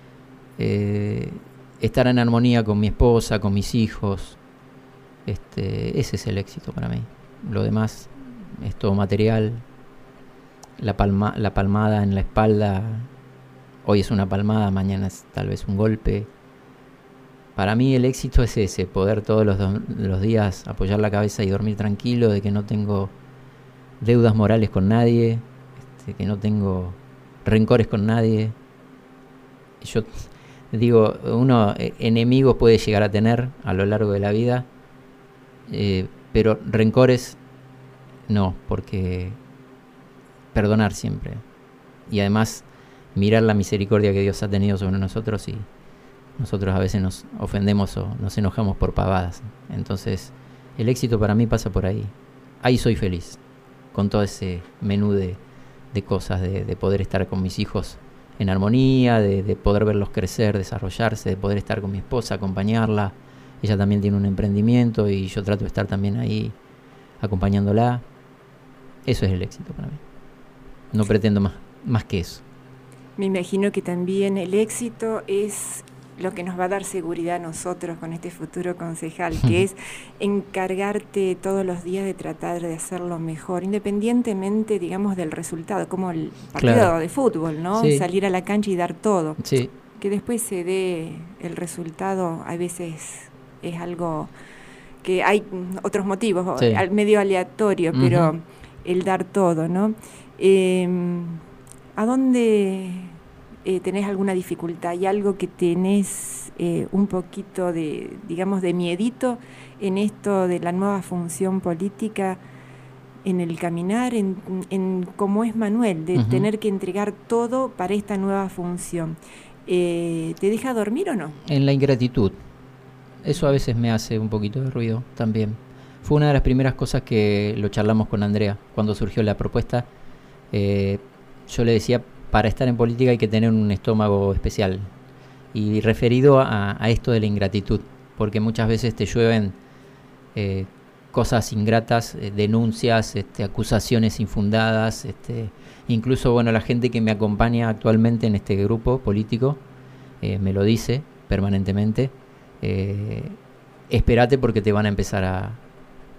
estar en armonía con mi esposa, con mis hijos. Ese es el éxito para mí. Lo demás es todo material. La palmada en la espalda, hoy es una palmada, mañana es tal vez un golpe. Para mí el éxito es ese, poder todos los días apoyar la cabeza y dormir tranquilo, de que no tengo deudas morales con nadie, que no tengo rencores con nadie. Yo digo, uno enemigos puede llegar a tener a lo largo de la vida, pero rencores no, porque perdonar siempre. Y además mirar la misericordia que Dios ha tenido sobre nosotros, y nosotros a veces nos ofendemos o nos enojamos por pavadas. Entonces el éxito para mí pasa por ahí. Ahí soy feliz, con todo ese menú de cosas, de poder estar con mis hijos en armonía, de poder verlos crecer, desarrollarse, de poder estar con mi esposa, acompañarla. Ella también tiene un emprendimiento y yo trato de estar también ahí acompañándola. Eso es el éxito para mí. No pretendo más que eso. Me imagino que también el éxito es lo que nos va a dar seguridad a nosotros con este futuro concejal, que es encargarte todos los días de tratar de hacerlo mejor, independientemente, digamos, del resultado, como el partido, claro, de fútbol, ¿no? Sí. Salir a la cancha y dar todo. Sí. Que después se dé el resultado, a veces es algo que hay otros motivos, sí, medio aleatorio, pero el dar todo, ¿no? ¿A dónde tenés alguna dificultad? ¿Hay algo que tenés un poquito de, digamos, de miedito en esto de la nueva función política, en el caminar, en cómo es Manuel, de tener que entregar todo para esta nueva función? ¿Te deja dormir o no? En la ingratitud. Eso a veces me hace un poquito de ruido también. Fue una de las primeras cosas que lo charlamos con Andrea cuando surgió la propuesta. Yo le decía, para estar en política hay que tener un estómago especial, y referido a esto de la ingratitud, porque muchas veces te llueven cosas ingratas, denuncias, acusaciones infundadas, incluso, bueno, la gente que me acompaña actualmente en este grupo político me lo dice permanentemente. Espérate, porque te van a empezar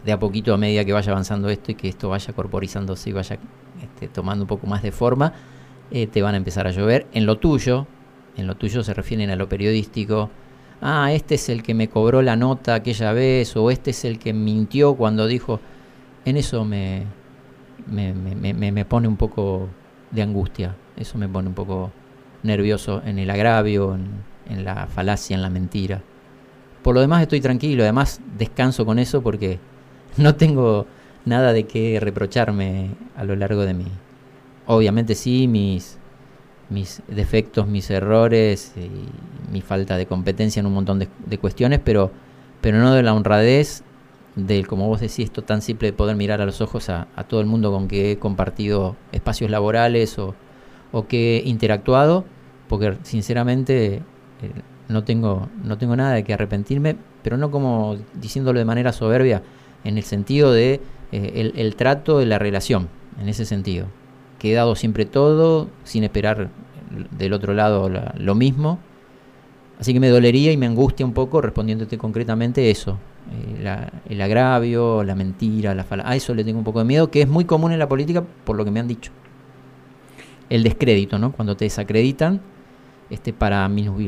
de a poquito, a medida que vaya avanzando esto y que esto vaya corporizándose y vaya tomando un poco más de forma, te van a empezar a llover. En lo tuyo se refieren a lo periodístico. Este es el que me cobró la nota aquella vez, o este es el que mintió cuando dijo. En eso me pone un poco de angustia, eso me pone un poco nervioso, en el agravio, en la falacia, en la mentira. Por lo demás estoy tranquilo, además descanso con eso porque no tengo nada de qué reprocharme a lo largo de obviamente sí, mis defectos, mis errores y mi falta de competencia en un montón de cuestiones, pero no de la honradez del, como vos decís, esto tan simple de poder mirar a los ojos a todo el mundo con que he compartido espacios laborales o que he interactuado, porque sinceramente no tengo nada de que arrepentirme, pero no como diciéndolo de manera soberbia, en el sentido de el trato de la relación, en ese sentido, que he dado siempre todo sin esperar del otro lado lo mismo. Así que me dolería y me angustia un poco, respondiéndote concretamente, eso, el agravio, la mentira, a eso le tengo un poco de miedo, que es muy común en la política por lo que me han dicho. El descrédito, ¿no? Cuando te desacreditan para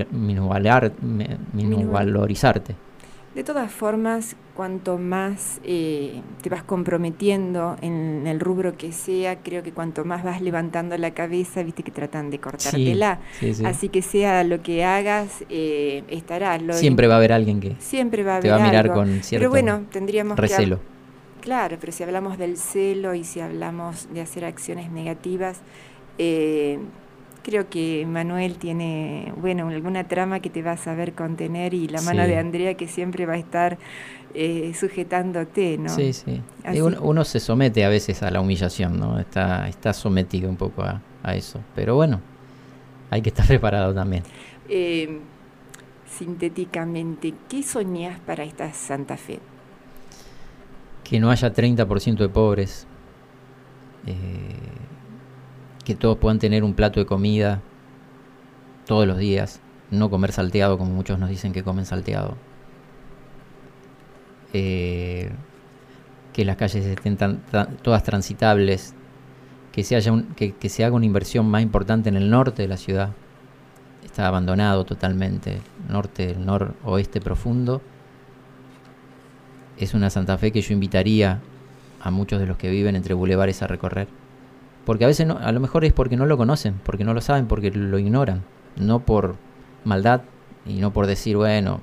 minusvalorizarte. De todas formas, cuanto más te vas comprometiendo en el rubro que sea, creo que cuanto más vas levantando la cabeza, viste que tratan de cortártela. Sí. Así que sea lo que hagas, estarás. Siempre va a haber alguien que siempre va a te haber va a mirar algo. con cierto Pero bueno, tendríamos recelo. Claro, pero si hablamos del celo y si hablamos de hacer acciones negativas, creo que Manuel tiene, alguna trama que te va a saber contener y la mano de Andrea que siempre va a estar sujetándote, ¿no? Sí. Uno se somete a veces a la humillación, ¿no? Está sometido un poco a eso. Pero bueno, hay que estar preparado también. Sintéticamente, ¿qué soñás para esta Santa Fe? Que no haya 30% de pobres. Que todos puedan tener un plato de comida todos los días, no comer salteado como muchos nos dicen que comen salteado, que las calles estén todas transitables, que se haga una inversión más importante en el norte de la ciudad. Está abandonado totalmente, el noroeste profundo. Es una Santa Fe que yo invitaría a muchos de los que viven entre bulevares a recorrer. Porque a veces a lo mejor es porque no lo conocen, porque no lo saben, porque lo ignoran. No por maldad y no por decir,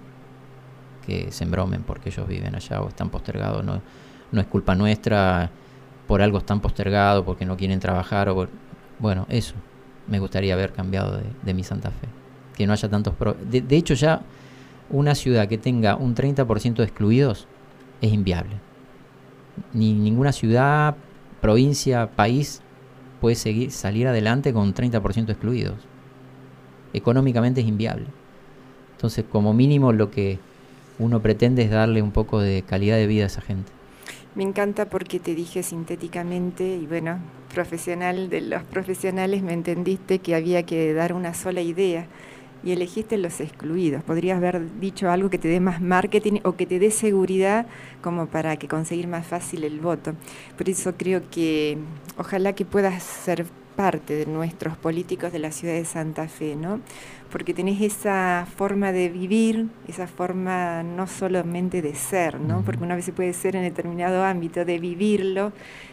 que se embromen porque ellos viven allá o están postergados. No es culpa nuestra, por algo están postergados, porque no quieren trabajar. Eso me gustaría haber cambiado de mi Santa Fe. Que no haya tantos... De hecho, ya una ciudad que tenga un 30% de excluidos es inviable. Ninguna ciudad, provincia, país puede salir adelante con 30% excluidos. Económicamente es inviable. Entonces, como mínimo, lo que uno pretende es darle un poco de calidad de vida a esa gente. Me encanta porque te dije sintéticamente, y profesional de los profesionales, me entendiste que había que dar una sola idea y elegiste los excluidos. Podrías haber dicho algo que te dé más marketing o que te dé seguridad como para que conseguir más fácil el voto. Por eso creo que ojalá que puedas ser parte de nuestros políticos de la ciudad de Santa Fe, ¿no? Porque tenés esa forma de vivir, esa forma no solamente de ser, ¿no? Porque una vez se puede ser en determinado ámbito, de vivirlo,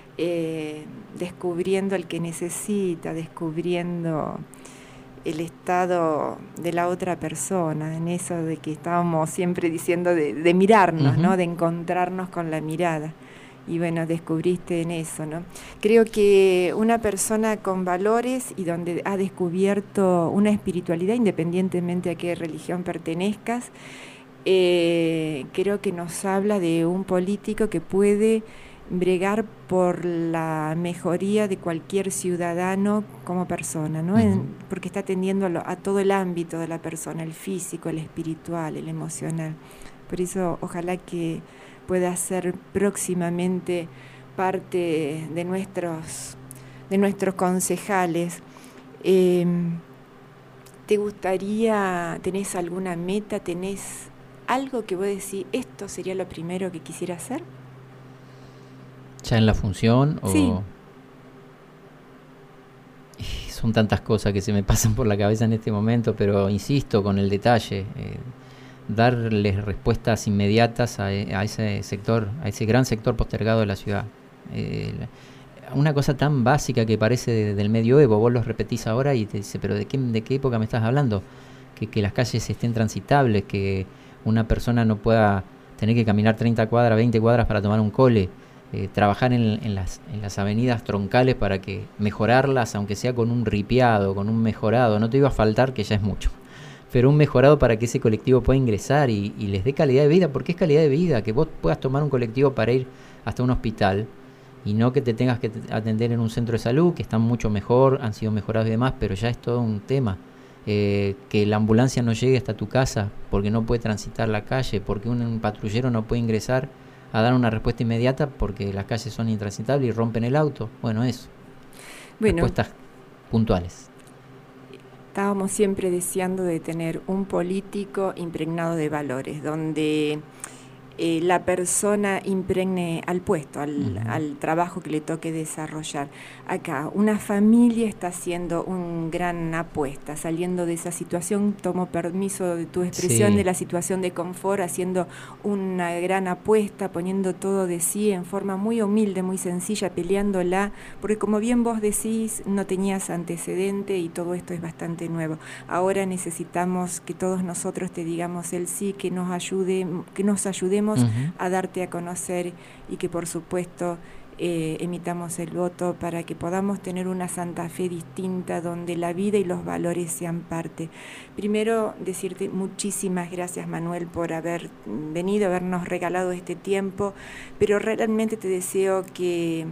descubriendo al que necesita, descubriendo el estado de la otra persona, en eso de que estábamos siempre diciendo de mirarnos, ¿no? De encontrarnos con la mirada. Y descubriste en eso, ¿no? Creo que una persona con valores y donde ha descubierto una espiritualidad, independientemente a qué religión pertenezcas, creo que nos habla de un político que puede bregar por la mejoría de cualquier ciudadano como persona, ¿no? Porque está atendiendo a todo el ámbito de la persona, el físico, el espiritual, el emocional. Por eso, ojalá que pueda ser próximamente parte de nuestros concejales. ¿Te gustaría, tenés alguna meta, tenés algo que vos decís, esto sería lo primero que quisiera hacer? ¿Ya en la función? Sí. Son tantas cosas que se me pasan por la cabeza en este momento, pero insisto con el detalle, darles respuestas inmediatas a ese sector, a ese gran sector postergado de la ciudad. Una cosa tan básica que parece del medioevo, vos los repetís ahora y te dice, pero ¿de qué época me estás hablando? Que las calles estén transitables, que una persona no pueda tener que caminar 30 cuadras, 20 cuadras para tomar un cole. Trabajar en las avenidas troncales para que mejorarlas, aunque sea con un ripiado, con un mejorado, no te iba a faltar, que ya es mucho, pero un mejorado para que ese colectivo pueda ingresar y les dé calidad de vida, porque es calidad de vida, que vos puedas tomar un colectivo para ir hasta un hospital y no que te tengas que atender en un centro de salud, que están mucho mejor, han sido mejorados y demás, pero ya es todo un tema. Que la ambulancia no llegue hasta tu casa porque no puede transitar la calle, porque un patrullero no puede ingresar a dar una respuesta inmediata porque las calles son intransitables y rompen el auto. Bueno, eso. Respuestas puntuales. Estábamos siempre deseando de tener un político impregnado de valores, donde la persona impregne al puesto, al trabajo que le toque desarrollar. Acá, una familia está haciendo una gran apuesta, saliendo de esa situación, tomo permiso de tu expresión, de la situación de confort, haciendo una gran apuesta, poniendo todo de sí en forma muy humilde, muy sencilla, peleándola, porque como bien vos decís, no tenías antecedente y todo esto es bastante nuevo. Ahora necesitamos que todos nosotros te digamos el sí, que nos ayudemos a darte a conocer y que por supuesto emitamos el voto para que podamos tener una Santa Fe distinta donde la vida y los valores sean parte. Primero decirte muchísimas gracias, Manuel, por haber venido, habernos regalado este tiempo, pero realmente te deseo que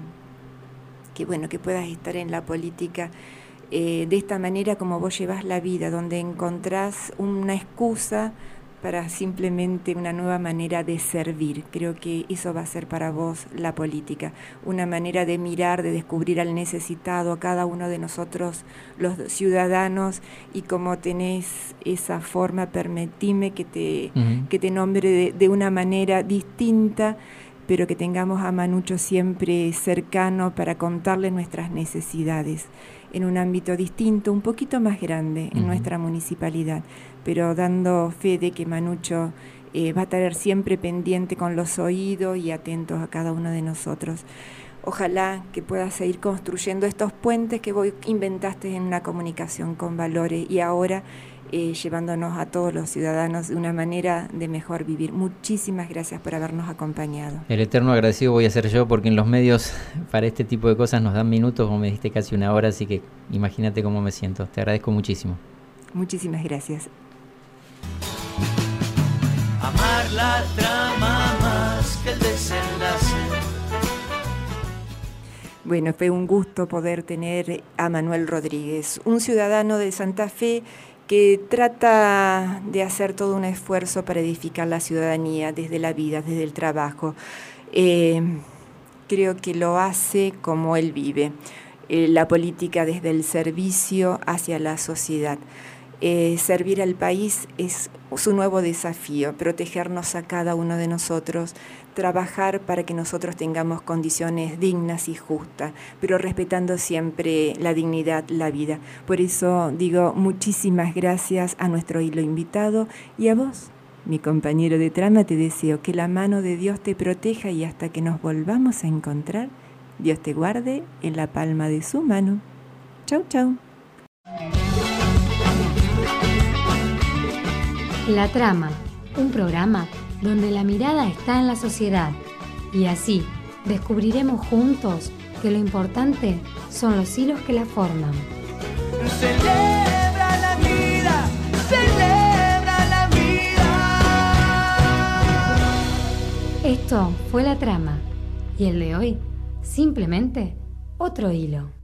puedas estar en la política de esta manera como vos llevas la vida, donde encontrás una excusa para simplemente una nueva manera de servir. Creo que eso va a ser para vos la política, una manera de mirar, de descubrir al necesitado, a cada uno de nosotros, los ciudadanos, y como tenés esa forma, permitime que te nombre de una manera distinta, pero que tengamos a Manucho siempre cercano para contarle nuestras necesidades en un ámbito distinto, un poquito más grande en nuestra municipalidad, pero dando fe de que Manucho va a estar siempre pendiente con los oídos y atentos a cada uno de nosotros. Ojalá que puedas seguir construyendo estos puentes que vos inventaste en una comunicación con valores y ahora llevándonos a todos los ciudadanos de una manera de mejor vivir. Muchísimas gracias por habernos acompañado. El eterno agradecido voy a ser yo, porque en los medios para este tipo de cosas nos dan minutos, como me diste casi una hora, así que imagínate cómo me siento. Te agradezco muchísimo. Muchísimas gracias. Amar la trama más que el desenlace. Bueno, fue un gusto poder tener a Manuel Rodríguez, un ciudadano de Santa Fe que trata de hacer todo un esfuerzo para edificar la ciudadanía desde la vida, desde el trabajo. Creo que lo hace como él vive, la política desde el servicio hacia la sociedad. Servir al país es su nuevo desafío, protegernos a cada uno de nosotros, trabajar para que nosotros tengamos condiciones dignas y justas, pero respetando siempre la dignidad, la vida. Por eso digo muchísimas gracias a nuestro hilo invitado y a vos, mi compañero de trama, te deseo que la mano de Dios te proteja y hasta que nos volvamos a encontrar, Dios te guarde en la palma de su mano. Chau, chau. La Trama, un programa donde la mirada está en la sociedad y así descubriremos juntos que lo importante son los hilos que la forman. Celebra la vida, celebra la vida. Esto fue La Trama y el de hoy, simplemente otro hilo.